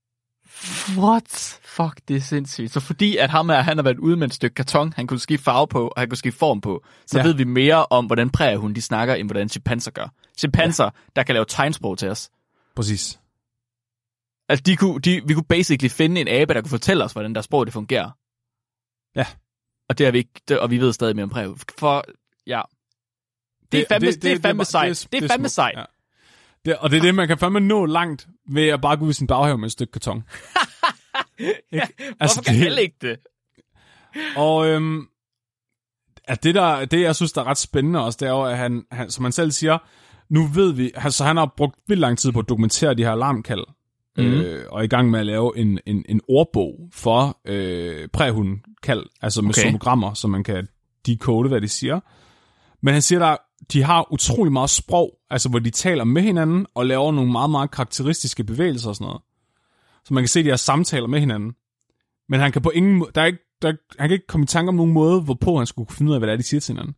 What? Fuck, det er sindssygt. Så fordi at ham her, han har været ude med et stykke karton, han kunne skifte farve på, og han kunne skifte form på, så ja. ved vi mere om, hvordan præhunde de snakker, end hvordan chimpanser gør. Chimpanser, ja. der kan lave tegnsprog til os. Præcis. Altså, de kunne, de, vi kunne basically finde en abe, der kunne fortælle os, hvordan der sprog det fungerer. Ja. Og det er vi ikke, det, og vi ved stadig mere om præhunde. For, ja. Det er fandme, det, det, det er fandme det, sejt. Det, det er fandme sejt. Ja. Det, og det er det, man kan fandme nå langt ved at bare gå ud i sin baghave med et stykke karton. ja, altså, hvorfor kan alle ikke det? Og øhm, at det, der, det, jeg synes, der er ret spændende også, det er jo, at han, han som han selv siger, nu ved vi, altså han har brugt vildt lang tid på at dokumentere de her alarmkald, mm. øh, og er i gang med at lave en, en, en ordbog for øh, præhundkald, altså med okay. sonogrammer, så man kan decode, hvad de siger. Men han siger, der de har utrolig meget sprog, altså hvor de taler med hinanden og laver nogle meget, meget karakteristiske bevægelser og sådan noget. Så man kan se, at de har samtaler med hinanden. Men han kan på ingen måde, der er ikke, der, han kan ikke komme i tanke om nogen måde, hvorpå han skulle kunne finde ud af, hvad det er, de siger til hinanden.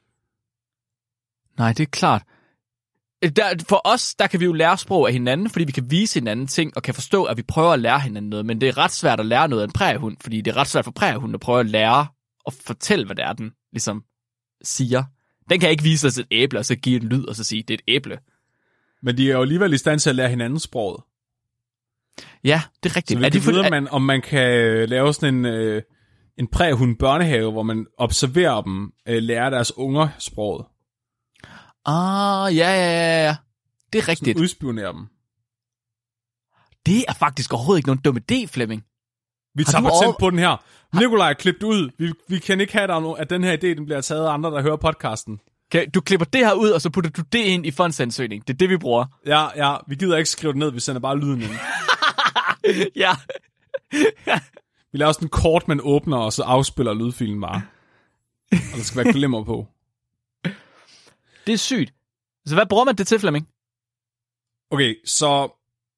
Nej, det er klart. Der, for os, der kan vi jo lære sprog af hinanden, fordi vi kan vise hinanden ting, og kan forstå, at vi prøver at lære hinanden noget. Men det er ret svært at lære noget af en præhund, fordi det er ret svært for præhunden at prøve at lære og fortælle, hvad det er, den ligesom siger. Den kan ikke vise os et æble, og så give en lyd, og så sige, det er et æble. Men de er jo alligevel i stand til at lære hinanden sproget. Ja, det er rigtigt. Så vi er kan det vide, man, om man kan lave sådan en, øh, en præhund børnehave, hvor man observerer dem, øh, lærer deres unger sproget. Ah, ja, ja, ja, ja. Det er rigtigt. Sådan udspionerer dem. Det er faktisk overhovedet ikke nogen dum idé, Flemming. Vi tager patent over... på den her. Nikolaj, klip det ud. Vi, vi kan ikke have, at den her idé den bliver taget af andre, der hører podcasten. Okay, du klipper det her ud, og så putter du det ind i fondsansøgning. Det er det, vi bruger. Ja, ja. Vi gider ikke skrive det ned, vi sender bare lyden ind. ja. Vi laver sådan en kort, man åbner, og så afspiller lydfilen bare. Og der skal være glimmer på. Det er sygt. Så hvad bruger man det til, Flemming? Okay, så...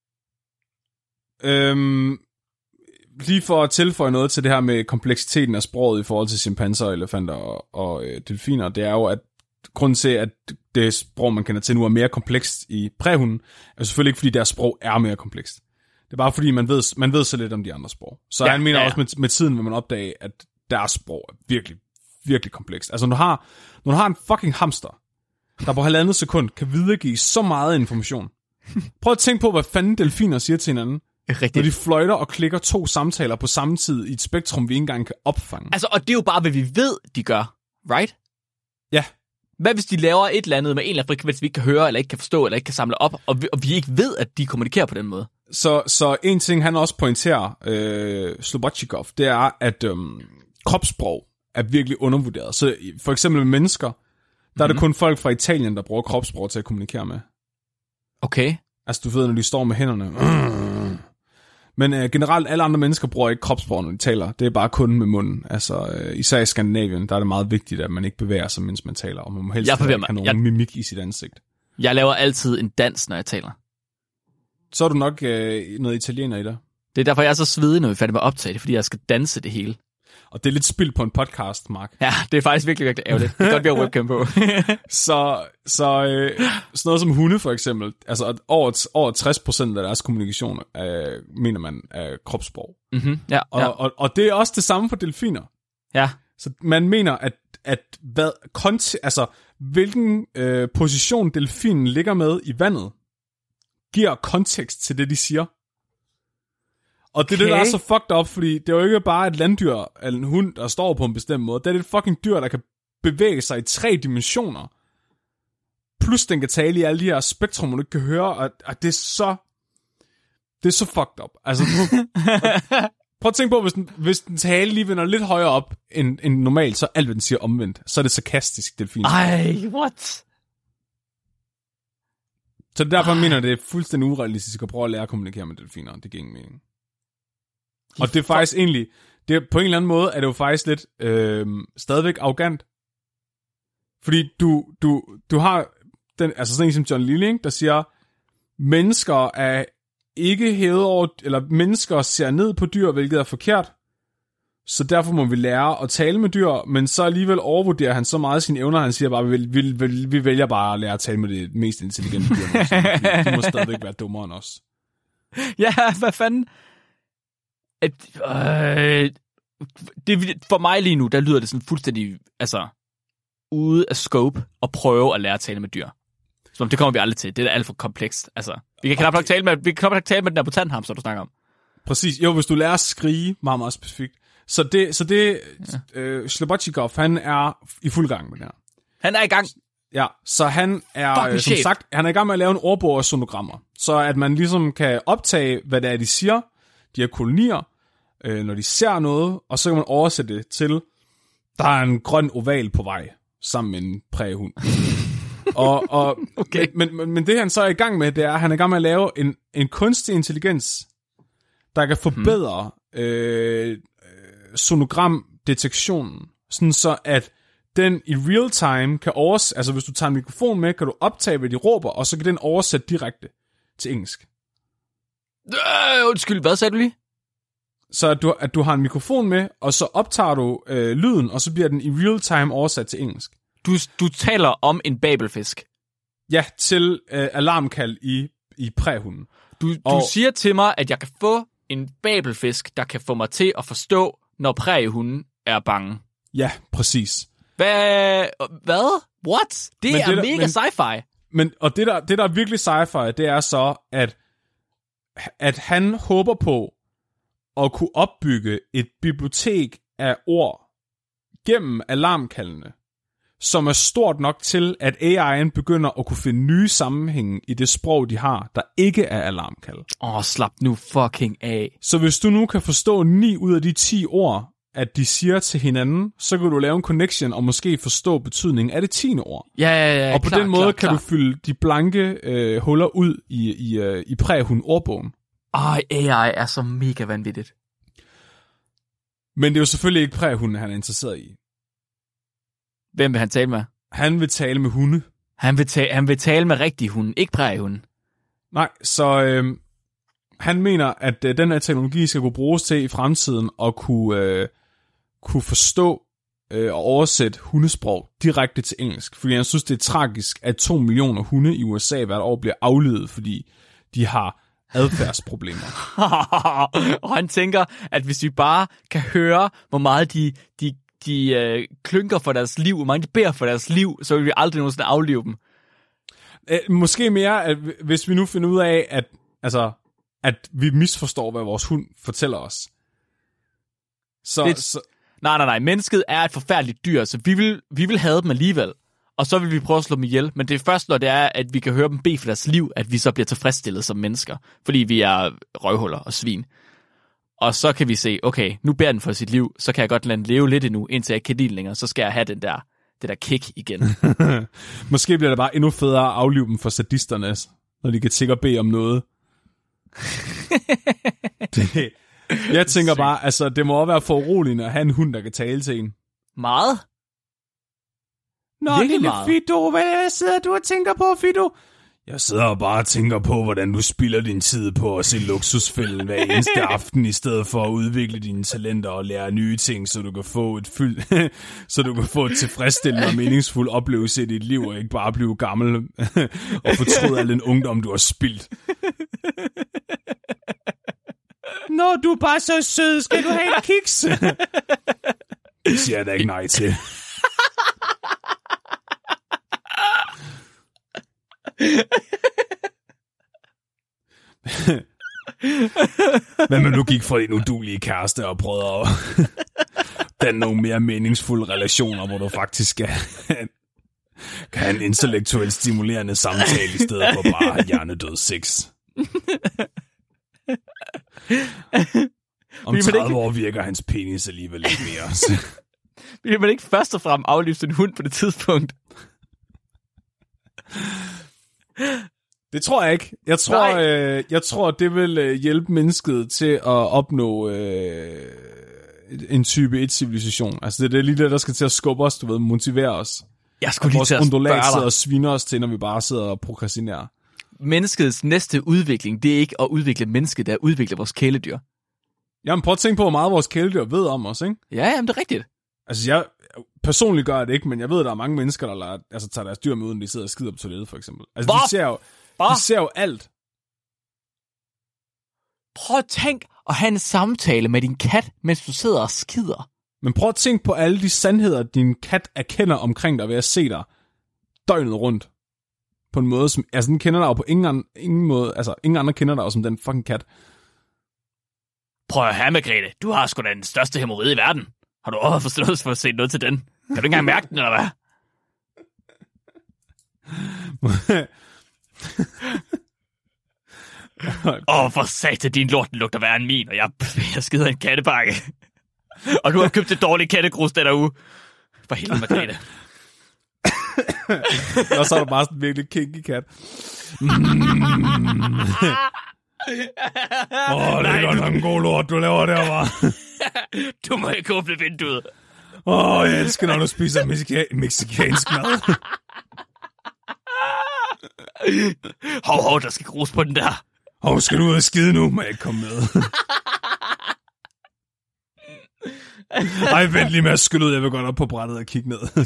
Øhm, lige for at tilføje noget til det her med kompleksiteten af sproget i forhold til chimpanser, elefanter og, og øh, delfiner, det er jo, at grunden til, at det sprog, man kender til nu, er mere komplekst i præhunden, er selvfølgelig ikke, fordi deres sprog er mere komplekst. Det er bare, fordi man ved, man ved så lidt om de andre sprog. Så ja, han mener ja, ja. også, med, med tiden vil man opdage, at deres sprog er virkelig, virkelig komplekst. Altså, når du har, når du har en fucking hamster, der på halvandet sekund kan videregive så meget information. Prøv at tænke på, hvad fanden delfiner siger til hinanden. Rigtigt. Når de fløjter og klikker to samtaler på samme tid i et spektrum, vi ikke engang kan opfange. Altså, og det er jo bare, hvad vi ved, de gør. Right? Ja. Hvad hvis de laver et eller andet med en eller anden frekvens, vi ikke kan høre, eller ikke kan forstå, eller ikke kan samle op, og vi, og vi ikke ved, at de kommunikerer på den måde? Så, så en ting, han også pointerer, øh, Slobodchikov, det er, at øh, kropssprog er virkelig undervurderet. Så for eksempel med mennesker, der mm-hmm. er det kun folk fra Italien, der bruger kropssprog til at kommunikere med. Okay. Altså, du ved, når de står med hænderne. Mm. Men øh, generelt, alle andre mennesker bruger ikke kropssprog, når de taler. Det er bare kun med munden. Altså, øh, især i Skandinavien, der er det meget vigtigt, at man ikke bevæger sig, mens man taler. Og man må helst ikke have nogen jeg... mimik i sit ansigt. Jeg laver altid en dans, når jeg taler. Så er du nok øh, noget italiener i dig. Det er derfor, jeg er så svedig, når vi er færdige med at optage det, fordi jeg skal danse det hele. Og det er lidt spild på en podcast, Mark. Ja, det er faktisk virkelig, virkelig ærgerligt. Det er godt, vi har webcam på. så så øh, sådan noget som hunde, for eksempel. Altså, over, over tres procent af deres kommunikation, øh, mener man, er kropssprog. Mm-hmm. Ja, og, ja. Og, og, og det er også det samme for delfiner. Ja. Så man mener, at, at hvad, kont- altså, hvilken øh, position delfinen ligger med i vandet, giver kontekst til det, de siger. Og det er okay. Det, der er så fucked up, fordi det er jo ikke bare et landdyr, eller en hund, der står på en bestemt måde. Det er et fucking dyr, der kan bevæge sig i tre dimensioner. Plus den kan tale i alle de her spektrum, du ikke kan høre, og, og det er så... Det er så fucked up. Altså, prøv at tænke på, hvis den, hvis den tale lige vender lidt højere op end, end normalt, så alt, hvad den siger omvendt. Så er det sarkastisk, delfin. Ej, what? Så derfor Ej. mener det er fuldstændig urealistisk at prøve at lære at kommunikere med delfiner. Det giver ingen mening. Og det er faktisk egentlig, det er, på en eller anden måde er det jo faktisk lidt øh, stadigvæk arrogant. Fordi du, du, du har den, altså sådan en som John Lilling, der siger, mennesker er ikke hævet over, eller mennesker ser ned på dyr, hvilket er forkert. Så derfor må vi lære at tale med dyr, men så alligevel overvurderer han så meget sine evner, han siger bare, vi, vi, vi, vi vælger bare at lære at tale med det mest intelligente dyr. De, de må stadigvæk være dummere end os. Ja, hvad fanden? At, øh, det, for mig lige nu, der lyder det sådan fuldstændig, altså, ude af scope at prøve at lære at tale med dyr. Som det kommer vi aldrig til. Det er alt for komplekst. Altså, vi kan knap nok tale med, vi kan knap nok tale med den der butanthamster, du snakker om. Præcis. Jo, hvis du lærer at skrige meget, meget specifikt. Så det, så det, ja. øh, Slobodchikov, han er i fuld gang med det her. Han er i gang. Ja, så han er, øh, som sagt, han er i gang med at lave en ordbog af sonogrammer. Så at man ligesom kan optage, hvad det er, de siger, de her kolonier, øh, når de ser noget, og så kan man oversætte det til, der er en grøn oval på vej, sammen med en prægehund. og, og, okay. men, men, men det han så er i gang med, det er, at han er i gang med at lave en, en kunstig intelligens, der kan forbedre hmm. øh, sonogramdetektionen, sådan så at den i real time kan oversætte, altså hvis du tager en mikrofon med, kan du optage, hvad de råber, og så kan den oversætte direkte til engelsk. Øh, undskyld, hvad sagde du lige? Så at du, at du har en mikrofon med, og så optager du øh, lyden, og så bliver den i real time oversat til engelsk. Du, du taler om en babelfisk? Ja, til øh, alarmkald i, i præhunden. Du, og, du siger til mig, at jeg kan få en babelfisk, der kan få mig til at forstå, når præhunden er bange. Ja, præcis. Hvad? Hvad? What? Det men er det der, mega men, sci-fi. Men, og det der, det, der er virkelig sci-fi, det er så, at, at han håber på at kunne opbygge et bibliotek af ord gennem alarmkaldene, som er stort nok til, at A I'en begynder at kunne finde nye sammenhænge i det sprog, de har, der ikke er alarmkald. Åh, oh, slap nu fucking af. Så hvis du nu kan forstå ni ud af de ti ord, at de siger til hinanden, så kan du lave en connection og måske forstå betydningen af det tiende ord. Ja, ja, ja. Og på klar, den måde klar, kan klar. du fylde de blanke øh, huller ud i, i, øh, i præhund-ordbogen. Ej, A I er så mega vanvittigt. Men det er jo selvfølgelig ikke præhunden, han er interesseret i. Hvem vil han tale med? Han vil tale med hunde. Han vil, ta- han vil tale med rigtige hunde, ikke præhunde. Nej, så øh, han mener, at øh, den her teknologi skal kunne bruges til i fremtiden at kunne, øh, kunne forstå øh, og oversætte hundesprog direkte til engelsk. Fordi han synes, det er tragisk, at to millioner hunde i U S A hvert år bliver aflivet, fordi de har adfærdsproblemer. Og han tænker, at hvis vi bare kan høre, hvor meget de, de, de øh, klynker for deres liv, hvor meget de beder for deres liv, så vil vi aldrig nogensinde aflive dem. Æ, måske mere, at hvis vi nu finder ud af, at, altså, at vi misforstår, hvad vores hund fortæller os. Så, det, så... Nej, nej, nej. Mennesket er et forfærdeligt dyr, så vi vil, vi vil have dem alligevel. Og så vil vi prøve at slå dem ihjel. Men det er først, når det er, at vi kan høre dem bede for deres liv, at vi så bliver tilfredsstillet som mennesker. Fordi vi er røvhuller og svin. Og så kan vi se, okay, nu bærer den for sit liv, så kan jeg godt lade den leve lidt endnu, indtil jeg ikke kan lide den længere. Så skal jeg have den der, det der kick igen. Måske bliver det bare endnu federe at aflive dem for sadisterne, når de kan tigge og bede om noget. det, jeg tænker bare, altså det må også være for uroligende at have en hund, der kan tale til en. Meget? Nå, virkelig lille meget. Fido, hvad sidder du og tænker på, Fido? Jeg sidder bare og tænker på, hvordan du spilder din tid på at se Luksusfælden hver eneste aften, i stedet for at udvikle dine talenter og lære nye ting, så du kan få et fyld, så du kan få et tilfredsstillende og meningsfuld oplevelse i dit liv, og ikke bare blive gammel og fortryde al den ungdom, du har spildt. Nå, du er bare så sød, skal du have et kiks? Det siger jeg da ikke nej til. Hvad med du gik fra din udulige kæreste og prøvede at danne nogle mere meningsfulde relationer, hvor du faktisk kan, kan have en intellektuelt stimulerende samtale, i stedet for bare at hjernedød sex. Om tredive år virker hans penis alligevel lidt mere. Vil man ikke først og fremmest aflive sin hund på det tidspunkt? Det tror jeg ikke. Jeg tror, øh, jeg tror det vil øh, hjælpe mennesket til at opnå øh, en type et-civilisation. Altså det er lige det, der skal til at skubbe os, du ved, motivere os. Jeg skulle lige til at spørge dig. Og sviner os til, når vi bare sidder og prokrastinerer. Menneskets næste udvikling, det er ikke at udvikle mennesket, det er at udvikle vores kæledyr. Jamen prøv at tænke på, hvor meget vores kæledyr ved om os, ikke? Ja, jamen det er rigtigt. Altså jeg personligt gør jeg det ikke, men jeg ved, at der er mange mennesker, der lader, altså, tager deres dyr med, uden de sidder og skider på toilettet, for eksempel. Altså Hvor? de ser jo, de ser jo alt. Prøv at tænk at have en samtale med din kat, mens du sidder og skider. Men prøv at tænk på alle de sandheder, din kat erkender omkring dig ved at se dig døgnet rundt. På en måde, som... Altså, den kender dig jo på ingen, anden, ingen måde... Altså, ingen andre kender dig jo som den fucking kat. Prøv at høre, Margrethe. Du har sgu da den største hæmoride i verden. Har du overhovedet forstået for at se noget til den? Kan du ikke engang mærke den, eller hvad? Åh, oh, for satan, din lort lugter værre end min, og jeg, jeg skider en kattebakke. Og du har købt et dårligt kattegrus den der uge. For helvede, Margrethe. Og så er du bare sådan en virkelig kinky kat. Åh, oh, det er godt nok en god lort, du laver der, var. Du må ikke åbne vinduet. Åh, oh, jeg elsker, når du spiser mexica- mexicansk mad. Hov, hov, der skal grus på den der. Hov, skal du ud og skide nu? Må jeg ikke komme med? Ej, vent lige med at skylle ud. Jeg vil godt op på brættet og kigge ned.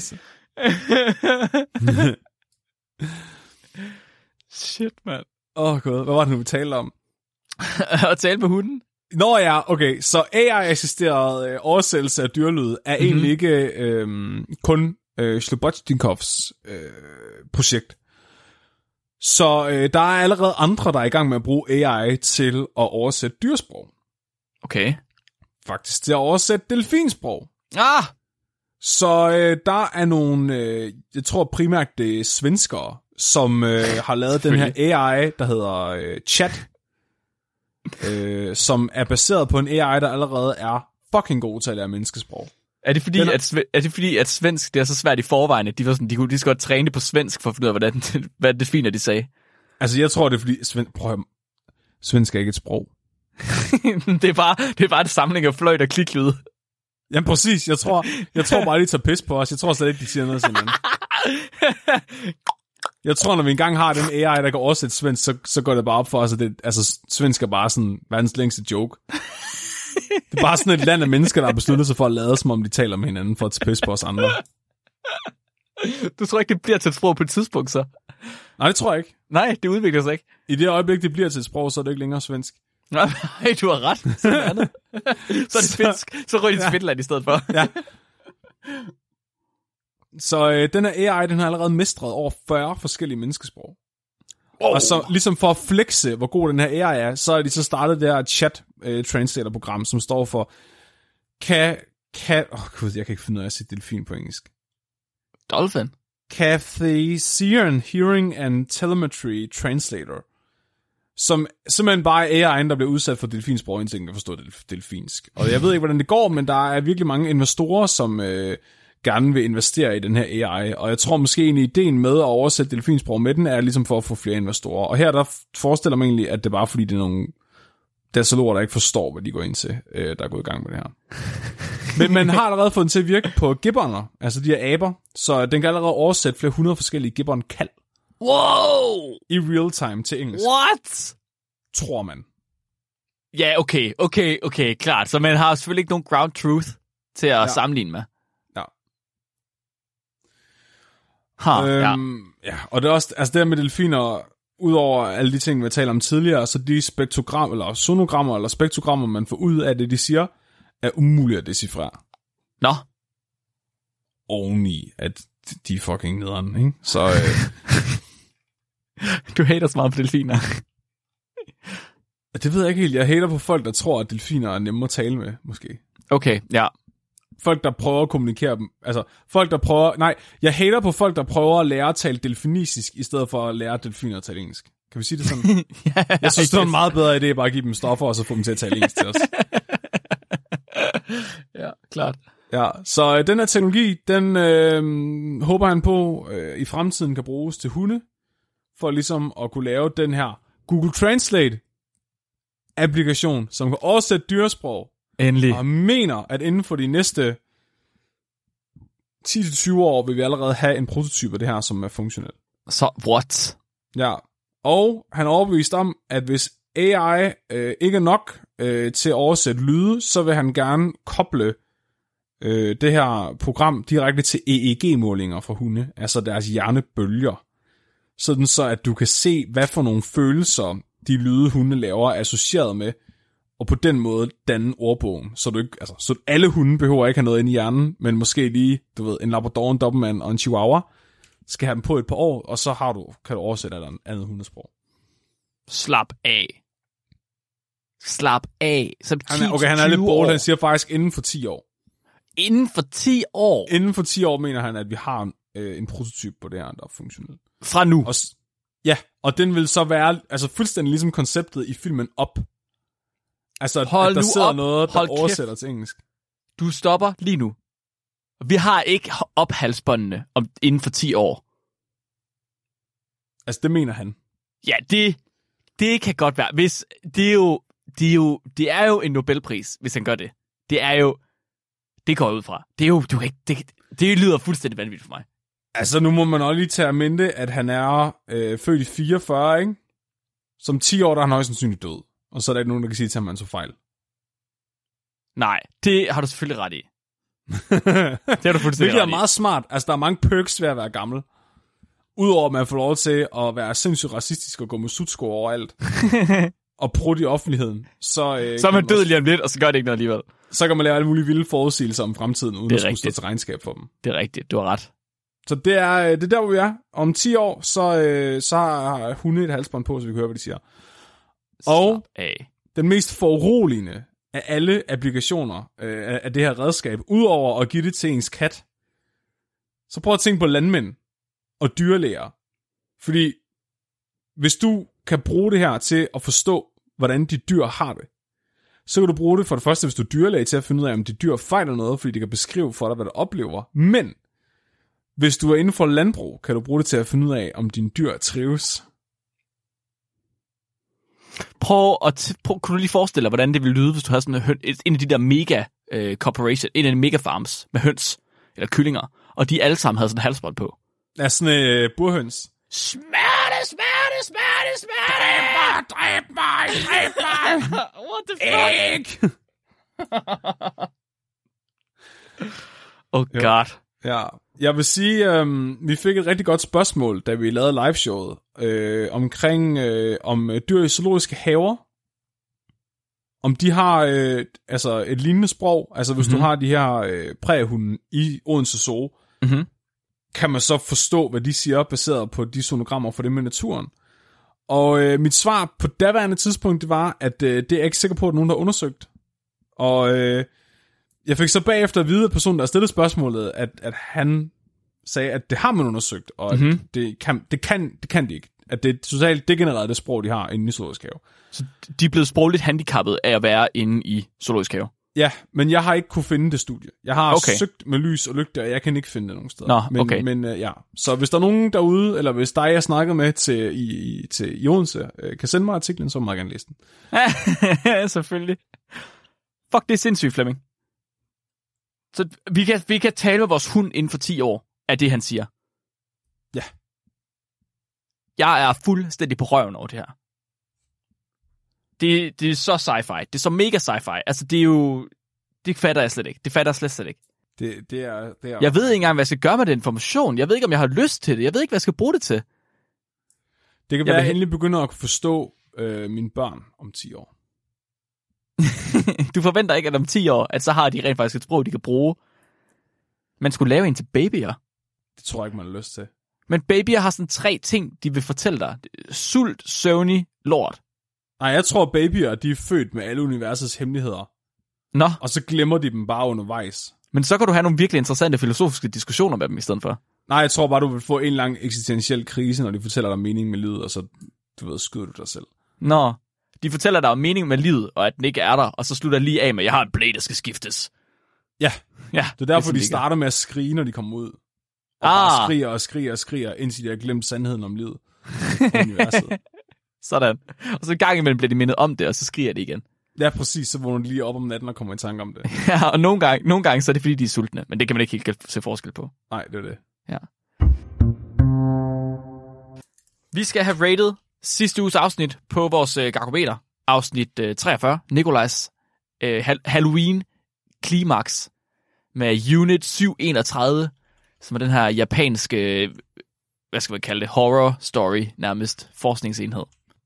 Shit, mand. Åh, oh, god. Hvad var det nu, vi talte om? At tale med hunden? Nå ja, okay. Så A I-assisteret øh, oversættelse af dyrlyd er mm-hmm. egentlig ikke øh, kun øh, Slobodnikovs øh, projekt. Så øh, der er allerede andre, der er i gang med at bruge A I til at oversætte dyrsprog. Okay. Faktisk til at oversætte delfinsprog. Ah! Så øh, der er nogle, øh, jeg tror primært det er svenskere, som øh, har lavet den her A I, der hedder øh, Chat, øh, som er baseret på en A I, der allerede er fucking god til at lære menneskesprog. Er det fordi, er... At, er det fordi, at svensk det er så svært i forvejen, at de, var sådan, de kunne lige så godt træne det på svensk, for at finde ud af, hvordan, hvad det fint, at de sagde? Altså, jeg tror, det er fordi, sven... Prøv at... svensk er ikke et sprog. det, er bare, det er bare en samling af fløjt og kliklyde. Jamen præcis, jeg tror, jeg tror bare, de tager pis på os. Jeg tror slet ikke, de siger noget til hinanden. Jeg tror, når vi engang har den A I, der kan oversætte svensk, så, så går det bare op for os, at det, altså, svensk er bare sådan verdens længste joke. Det er bare sådan et land af mennesker, der har besluttet sig for at lade, som om de taler med hinanden, for at tage pis på os andre. Du tror ikke, det bliver til et sprog på et tidspunkt, så? Nej, det tror jeg ikke. Nej, det udvikler sig ikke. I det øjeblik, det bliver til et sprog, så er det ikke længere svensk. Nej, du har ret. Så er det, så er det finsk. Så ryger det til Finland i stedet for. Ja. Så øh, den her A I, den har allerede mestret over fyrre forskellige menneskesprog. Oh. Og så ligesom for at flexe, hvor god den her A I er, så er de så startet det her chat-translator-program, som står for kan... kan åh oh, gud, jeg kan ikke finde ud af at sige delfin på engelsk. Dolphin? Cathesian Hearing and Telemetry Translator. Som simpelthen bare er A I'en, der bliver udsat for delfinsprog, indtil jeg kan forstå det delfinsk. Og jeg ved ikke, hvordan det går, men der er virkelig mange investorer, som øh, gerne vil investere i den her A I. Og jeg tror måske en ideen med at oversætte delfinsprog med den, er ligesom for at få flere investorer. Og her der forestiller man egentlig, at det er bare fordi, det er nogle dataloger, der ikke forstår, hvad de går ind til, øh, der er gået i gang med det her. Men man har allerede fået den til at virke på gibboner, altså de her aber, så den kan allerede oversætte flere hundrede forskellige gibbon-kald. Wow! I real time til engelsk. What? Tror man. Ja, okay, okay, okay, klart. Så man har selvfølgelig ikke nogen ground truth til at ja. sammenligne med. Ja. Huh, øhm, ja. ja. Og det er også, altså det her med delfiner, udover alle de ting, vi har talt om tidligere, så de spektrogram, eller sonogrammer, eller spektrogrammer, man får ud af det, de siger, er umuligt at decifrere. Nå. Oveni, at de er fucking nederen, ikke? Så... Øh, du hater så meget på delfiner. Det ved jeg ikke helt. Jeg hater på folk, der tror, at delfiner er nemme at tale med, måske. Okay, ja. Folk, der prøver at kommunikere dem. Altså, folk, der prøver... Nej, jeg hater på folk, der prøver at lære at tale delfinisisk, i stedet for at lære delfiner at tale engelsk. Kan vi sige det sådan? ja, jeg synes, det er en meget bedre idé, bare at give dem stoffer, og så få dem til at tale engelsk til os. Ja, klart. Ja, så øh, den her teknologi, den øh, håber han på, øh, i fremtiden kan bruges til hunde, for ligesom at kunne lave den her Google Translate-applikation, som kan oversætte dyresprog. Endelig. Og mener, at inden for de næste ti til tyve år, vil vi allerede have en prototype af det her, som er funktionel. Så, what? Ja, og han er overbevist om, at hvis A I øh, ikke er nok øh, til at oversætte lyde, så vil han gerne koble øh, det her program direkte til E E G-målinger for hunde, altså deres hjernebølger. Sådan så, at du kan se, hvad for nogle følelser de lyde, hunde laver, er associeret med, og på den måde danne ordbogen. Så, du ikke, altså, så alle hunde behøver ikke have noget inde i hjernen, men måske lige, du ved, en Labrador, en Doberman og en Chihuahua, skal have dem på et par år, og så har du, kan du oversætte et andet hundesprog. Slap af. Slap af. Så han er, okay, han er lidt bold, han siger faktisk inden for ti år. Inden for ti år? Inden for ti år mener han, at vi har en, øh, en prototype på det her, der er funktionelt. Fra nu? Og, ja, og den vil så være altså fuldstændig ligesom konceptet i filmen Up. Altså, Hold at der sidder op. noget, der Hold oversætter kæft. til engelsk. Du stopper lige nu. Vi har ikke ophalsbåndene om inden for ti år. Altså, det mener han. Ja, det, det kan godt være. Hvis, det, er jo, det, er jo, det er jo en Nobelpris, hvis han gør det. Det er jo... Det går ud fra. Det er jo... Du kan ikke, det, det lyder fuldstændig vanvittigt for mig. Altså, nu må man også lige tage at minde, at han er øh, født i fireogfyrre, ikke? Som ti år, der er han højst sandsynligt død. Og så er der ikke nogen, der kan sige til ham, at han så fejl. Nej, det har du selvfølgelig ret i. Det har du fuldstændig Det er ret i. meget smart. Altså, der er mange perks ved at være gammel. Udover at man får lov til at være sindssygt racistisk og gå med sutsko overalt. Og prutte i offentligheden. Så, øh, så er man død lige om lidt, og så gør det ikke noget alligevel. Så kan man lave alle mulige vilde forudsigelser om fremtiden, uden at skulle stå til regnskab for dem. Det er rigtigt, du har ret. Så det er, det er der, hvor vi er. Om ti år, så, øh, så har hunde et halsbånd på, så vi kan høre, hvad de siger. Og af. den mest foruroligende af alle applikationer øh, af det her redskab, udover at give det til ens kat, så prøv at tænke på landmænd og dyrlæger. Fordi hvis du kan bruge det her til at forstå, hvordan de dyr har det, så kan du bruge det for det første, hvis du er dyrlæge, til at finde ud af, om de dyr fejler noget, fordi de kan beskrive for dig, hvad du oplever. Men hvis du er inden for landbrug, kan du bruge det til at finde ud af, om dine dyr trives. Prøv at t- prøv, kunne du lige forestille dig, hvordan det ville lyde, hvis du havde sådan et, en af de der mega øh, Corporation, en af de megafarms med høns, eller kyllinger, og de alle sammen havde sådan en halsbånd på. Ja, sådan en øh, burhøns. Smerte, smerte, smerte, smerte! Dræb mig, dræb mig, dræb mig! What the fuck? Oh god. Ja, jeg vil sige, øhm, vi fik et rigtig godt spørgsmål, da vi lavede liveshowet, øh, omkring øh, om dyr i zoologiske haver. Om de har øh, altså et lignende sprog. Altså hvis mm-hmm. du har de her øh, præhunde i Odense Zoo, Mm-hmm. kan man så forstå, hvad de siger, baseret på de sonogrammer for det med naturen. Og øh, mit svar på daværende tidspunkt, det var, at øh, det er jeg ikke sikker på, at nogen der har undersøgt. Og øh, jeg fik så bagefter at vide af personen, der stillede spørgsmålet, at, at han sagde, at det har man undersøgt, og at Mhm. det, kan, det, kan, det kan de ikke. At det er totalt degenereret, det sprog, de har inde i zoologisk have. Så de er blevet sprogligt handicappet af at være inde i zoologisk have. Ja, men jeg har ikke kunne finde det studie. Jeg har Okay. søgt med lys og lygte, og jeg kan ikke finde det nogen steder. Nå, men, okay. Men uh, ja, så hvis der er nogen derude, eller hvis dig, jeg snakker med til, i, i, til i Odense, uh, kan sende mig artiklen, så må jeg gerne læse den. Ja, selvfølgelig. Fuck, det er sindssygt, Flemming. Så vi kan, vi kan tale med vores hund inden for ti år, af det, han siger. Ja. Jeg er fuldstændig på røven over det her. Det, det er så sci-fi. Det er så mega sci-fi. Altså, det er jo... Det fatter jeg slet ikke. Det fatter jeg slet, slet ikke. Det, det er... Det er Jeg ved ikke engang, hvad jeg skal gøre med den information. Jeg ved ikke, om jeg har lyst til det. Jeg ved ikke, hvad jeg skal bruge det til. det kan jeg være, at vil- jeg endelig begynder at kunne forstå øh, mine børn om ti år. Du forventer ikke, at om ti år, at så har de rent faktisk et sprog, de kan bruge. Man skulle lave en til babyer. Det tror jeg ikke, man har lyst til. Men babyer har sådan tre ting, de vil fortælle dig. Sult, søvnig, lort. Nej, jeg tror, babyer, de er født med alle universets hemmeligheder, Nå, og så glemmer de dem bare undervejs. men så kan du have nogle virkelig interessante filosofiske diskussioner med dem i stedet for. Nej, jeg tror bare, du vil få en lang eksistentiel krise, når de fortæller dig mening med livet, og så, du ved, skyder du dig selv. Nå, de fortæller dig om meningen med livet, og at den ikke er der, og så slutter lige af med, jeg har en blæ, der skal skiftes. Ja, Ja, det er derfor, sådan, de det starter med at skrige, når de kommer ud. Og Ah. bare skriger og skriger og skriger, indtil de har glemt sandheden om livet. Og universet. Sådan. Og så en gang imellem bliver de mindet om det, og så skriger de igen. Ja, præcis, så vågner de lige op om natten og kommer i tanke om det. Ja, og nogle gange, nogle gange så er det fordi, de er sultne, men det kan man ikke helt se forskel på. Nej, det er det. Ja. Vi skal have rated sidste uges afsnit på vores øh, Gargometer. Afsnit øh, treogfyrre. Nikolajs øh, ha- Halloween Climax med Unit syv enogtredive, som er den her japanske, øh, hvad skal man kalde det, horror story, nærmest forskningsenhed.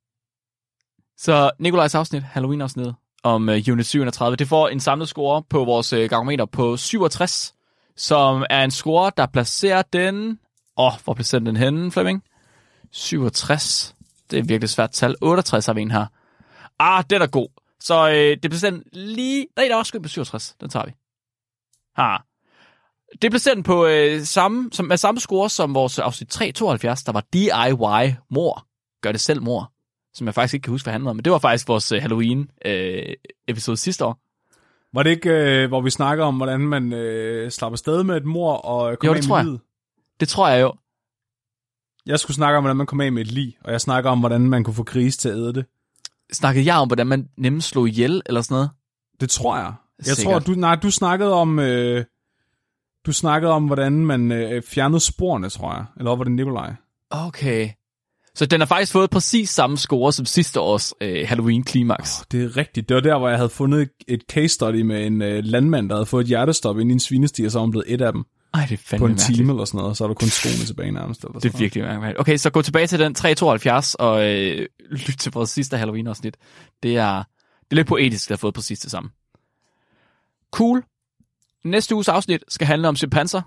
Så Nikolajs afsnit, Halloween-afsnittet om øh, Unit syv enogtredive, det får en samlet score på vores øh, Gargometer på syvogtres, som er en score, der placerer den... Åh, oh, hvor placerer den henne, Flemming? syvogtres. Det er virkelig svært tal. otteogtres har vi en her. Ah, den er god. Så øh, det placerer den lige... Nej, der er også på syvogtres. Den tager vi. Ha. Det placerer den på øh, samme, som, med samme score som vores afsnit tre tooghalvfjerds, der var D I Y mor. Gør det selv mor. Som jeg faktisk ikke kan huske, hvad handler om. Men det var faktisk vores øh, Halloween-episode øh, sidste år. Var det ikke, øh, hvor vi snakker om, hvordan man øh, slapper sted med et mor og kommer Jo, af det med tror jeg. livet? Det tror jeg jo. Jeg skulle snakke om, hvordan man kommer af med et lig, og jeg snakker om, hvordan man kunne få grise til at æde det. Snakkede jeg om, hvordan man nemmest slog ihjel, eller sådan noget? Det tror jeg. Jeg Sikkert. tror, du, nej, du snakkede om, øh, du snakkede om, hvordan man øh, fjernede sporene, tror jeg. Eller var det Nikolaj? Okay. Så den har faktisk fået præcis samme score som sidste års øh, Halloween Climax. Oh, det er rigtigt. Det var der, hvor jeg havde fundet et case study med en øh, landmand, der havde fået et hjertestop ind i en svinestig, og så var han blevet et af dem Ej, det er på fandme en mærkeligt. time eller sådan noget, og så er der kun skoene tilbage nærmest. Eller Det sådan er virkelig mærkeligt. Okay, så gå tilbage til den tre tooghalvfjerds og øh, lyt til vores sidste Halloween-afsnit. Det er, det er lidt poetisk, der har fået præcis det samme. Cool. Næste uges afsnit skal handle om chimpanser.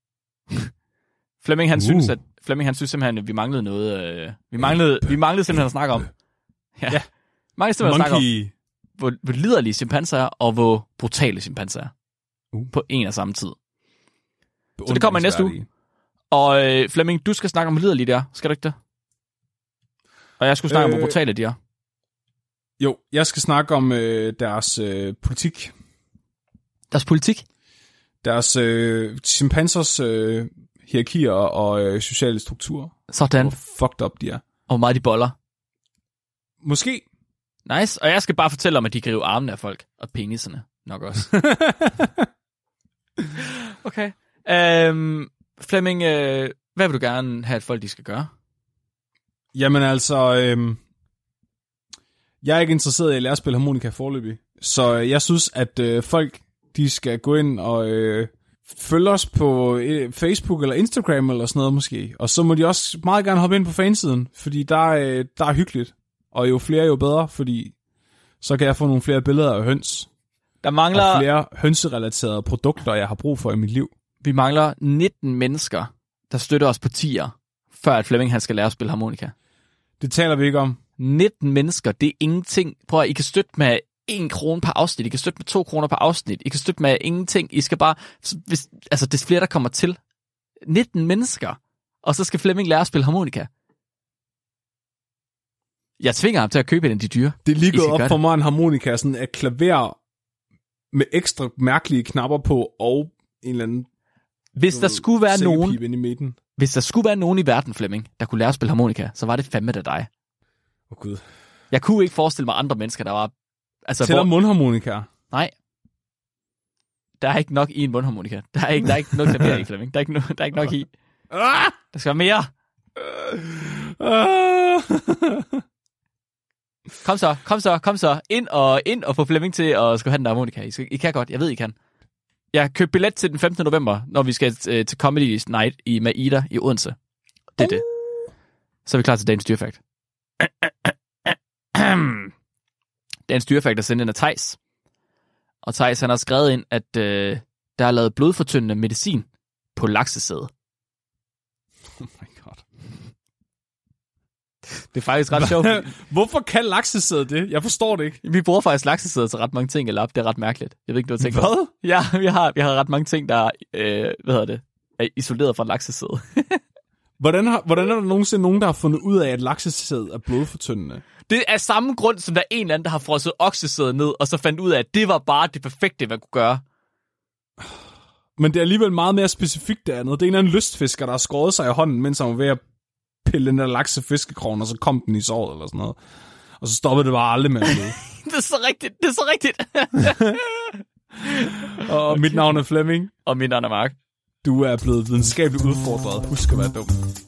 Flemming, han Uh. synes, at Flemming, han synes simpelthen, at vi manglede noget. Øh, vi manglede, vi manglede simpelthen at snakke om. Ja. Ja. Manglede simpelthen at snakke om, Monkey. hvor, hvor liderlige chimpanser er, og hvor brutale chimpanser er. Uh. På en og samme tid. Så det kommer i næste uge. Og øh, Flemming, du skal snakke om, hvor liderlige de er. Skal du ikke det? Og jeg skulle snakke øh... om, hvor Øh. brutale de er. Jo, jeg skal snakke om øh, deres øh, politik. Deres politik? Deres øh, chimpansers øh, hierarkier og øh, sociale strukturer. Sådan. Hvor fucked up de er. Og hvor meget de boller. Måske. Nice. Og jeg skal bare fortælle om, at de kan rive armene af folk og peniserne, nok også. Okay. Øhm, Flemming, øh, hvad vil du gerne have, at folk de skal gøre? Jamen altså, øhm, jeg er ikke interesseret i at lære at spille harmonika foreløbig. Så jeg synes, at øh, folk de skal gå ind og øh, følge os på øh, Facebook eller Instagram eller sådan noget måske. Og så må de også meget gerne hoppe ind på fansiden, fordi der, øh, der er hyggeligt. Og jo flere, jo bedre, fordi så kan jeg få nogle flere billeder af høns. Der mangler... Og flere hønserelaterede produkter, jeg har brug for i mit liv. Vi mangler nitten mennesker, der støtter os på tier, før at Flemming han skal lære at spille harmonika. Det taler vi ikke om. nitten mennesker, det er ingenting. Prøv at I kan støtte med en krone per afsnit, I kan støtte med to kroner per afsnit, I kan støtte med ingenting. I skal bare, hvis, altså det er flere, der kommer til. nitten mennesker, og så skal Flemming lære at spille harmonika. Jeg tvinger ham til at købe en af de dyre. Det er lige gået op for mig en harmonika, sådan et klaver med ekstra mærkelige knapper på, og en eller anden Hvis der skulle være nogen, i midten. Hvis der skulle være nogen i verden, Flemming, der kunne lære at spille harmonika, så var det fandme da dig. Åh oh, gud. Jeg kunne ikke forestille mig andre mennesker, der var... Altså, Tæller hvor... mundharmonika? Nej. Der er ikke nok i en mundharmonika. Der er ikke, der er ikke noget klaver i, Flemming. Der er ikke, no... der er ikke nok i. Der skal være mere. Kom så, kom så, kom så. Ind og, ind og få Flemming til at skulle have den der harmonika. I, skal... I kan godt, jeg ved, I kan. Jeg købte billet til den femtende november, når vi skal til, til Comedy Night i Maida i Odense. Det er det. Så er vi klar til dagens dyrefakt. Dagens dyrefakt er sendt ind af Theis. Og Theis han har skrevet ind, at øh, der er lavet blodfortyndende medicin på laksesæde. Oh my god. Det er faktisk ret sjovt. Hvorfor kan laksesæde det? Jeg forstår det ikke. Vi bruger faktisk laksesæde til ret mange ting, eller det er ret mærkeligt. Jeg ved ikke, du har tænkt Hvad? På. Ja, vi har, vi har ret mange ting, der øh, hvad hedder det, er isoleret fra laksesæde. hvordan, har, hvordan er der nogensinde nogen, der har fundet ud af, at laksesæde er blodfortyndende? Det er samme grund, som der er en eller anden, der har frosset oksesæde ned, og så fandt ud af, at det var bare det perfekte, man kunne gøre. Men det er alligevel meget mere specifikt det andet. Det er en eller anden lystfisker, der har skåret sig i hånden, mens han var ved at pille den der laksefiskekrogn, og så kom den i såret eller sådan noget. Og så stoppede det bare aldrig med at blive. Det er så rigtigt, det er så rigtigt. Og okay. Mit navn er Flemming. Og mit navn er Mark. Du er blevet videnskabeligt udfordret. Husk at være dum.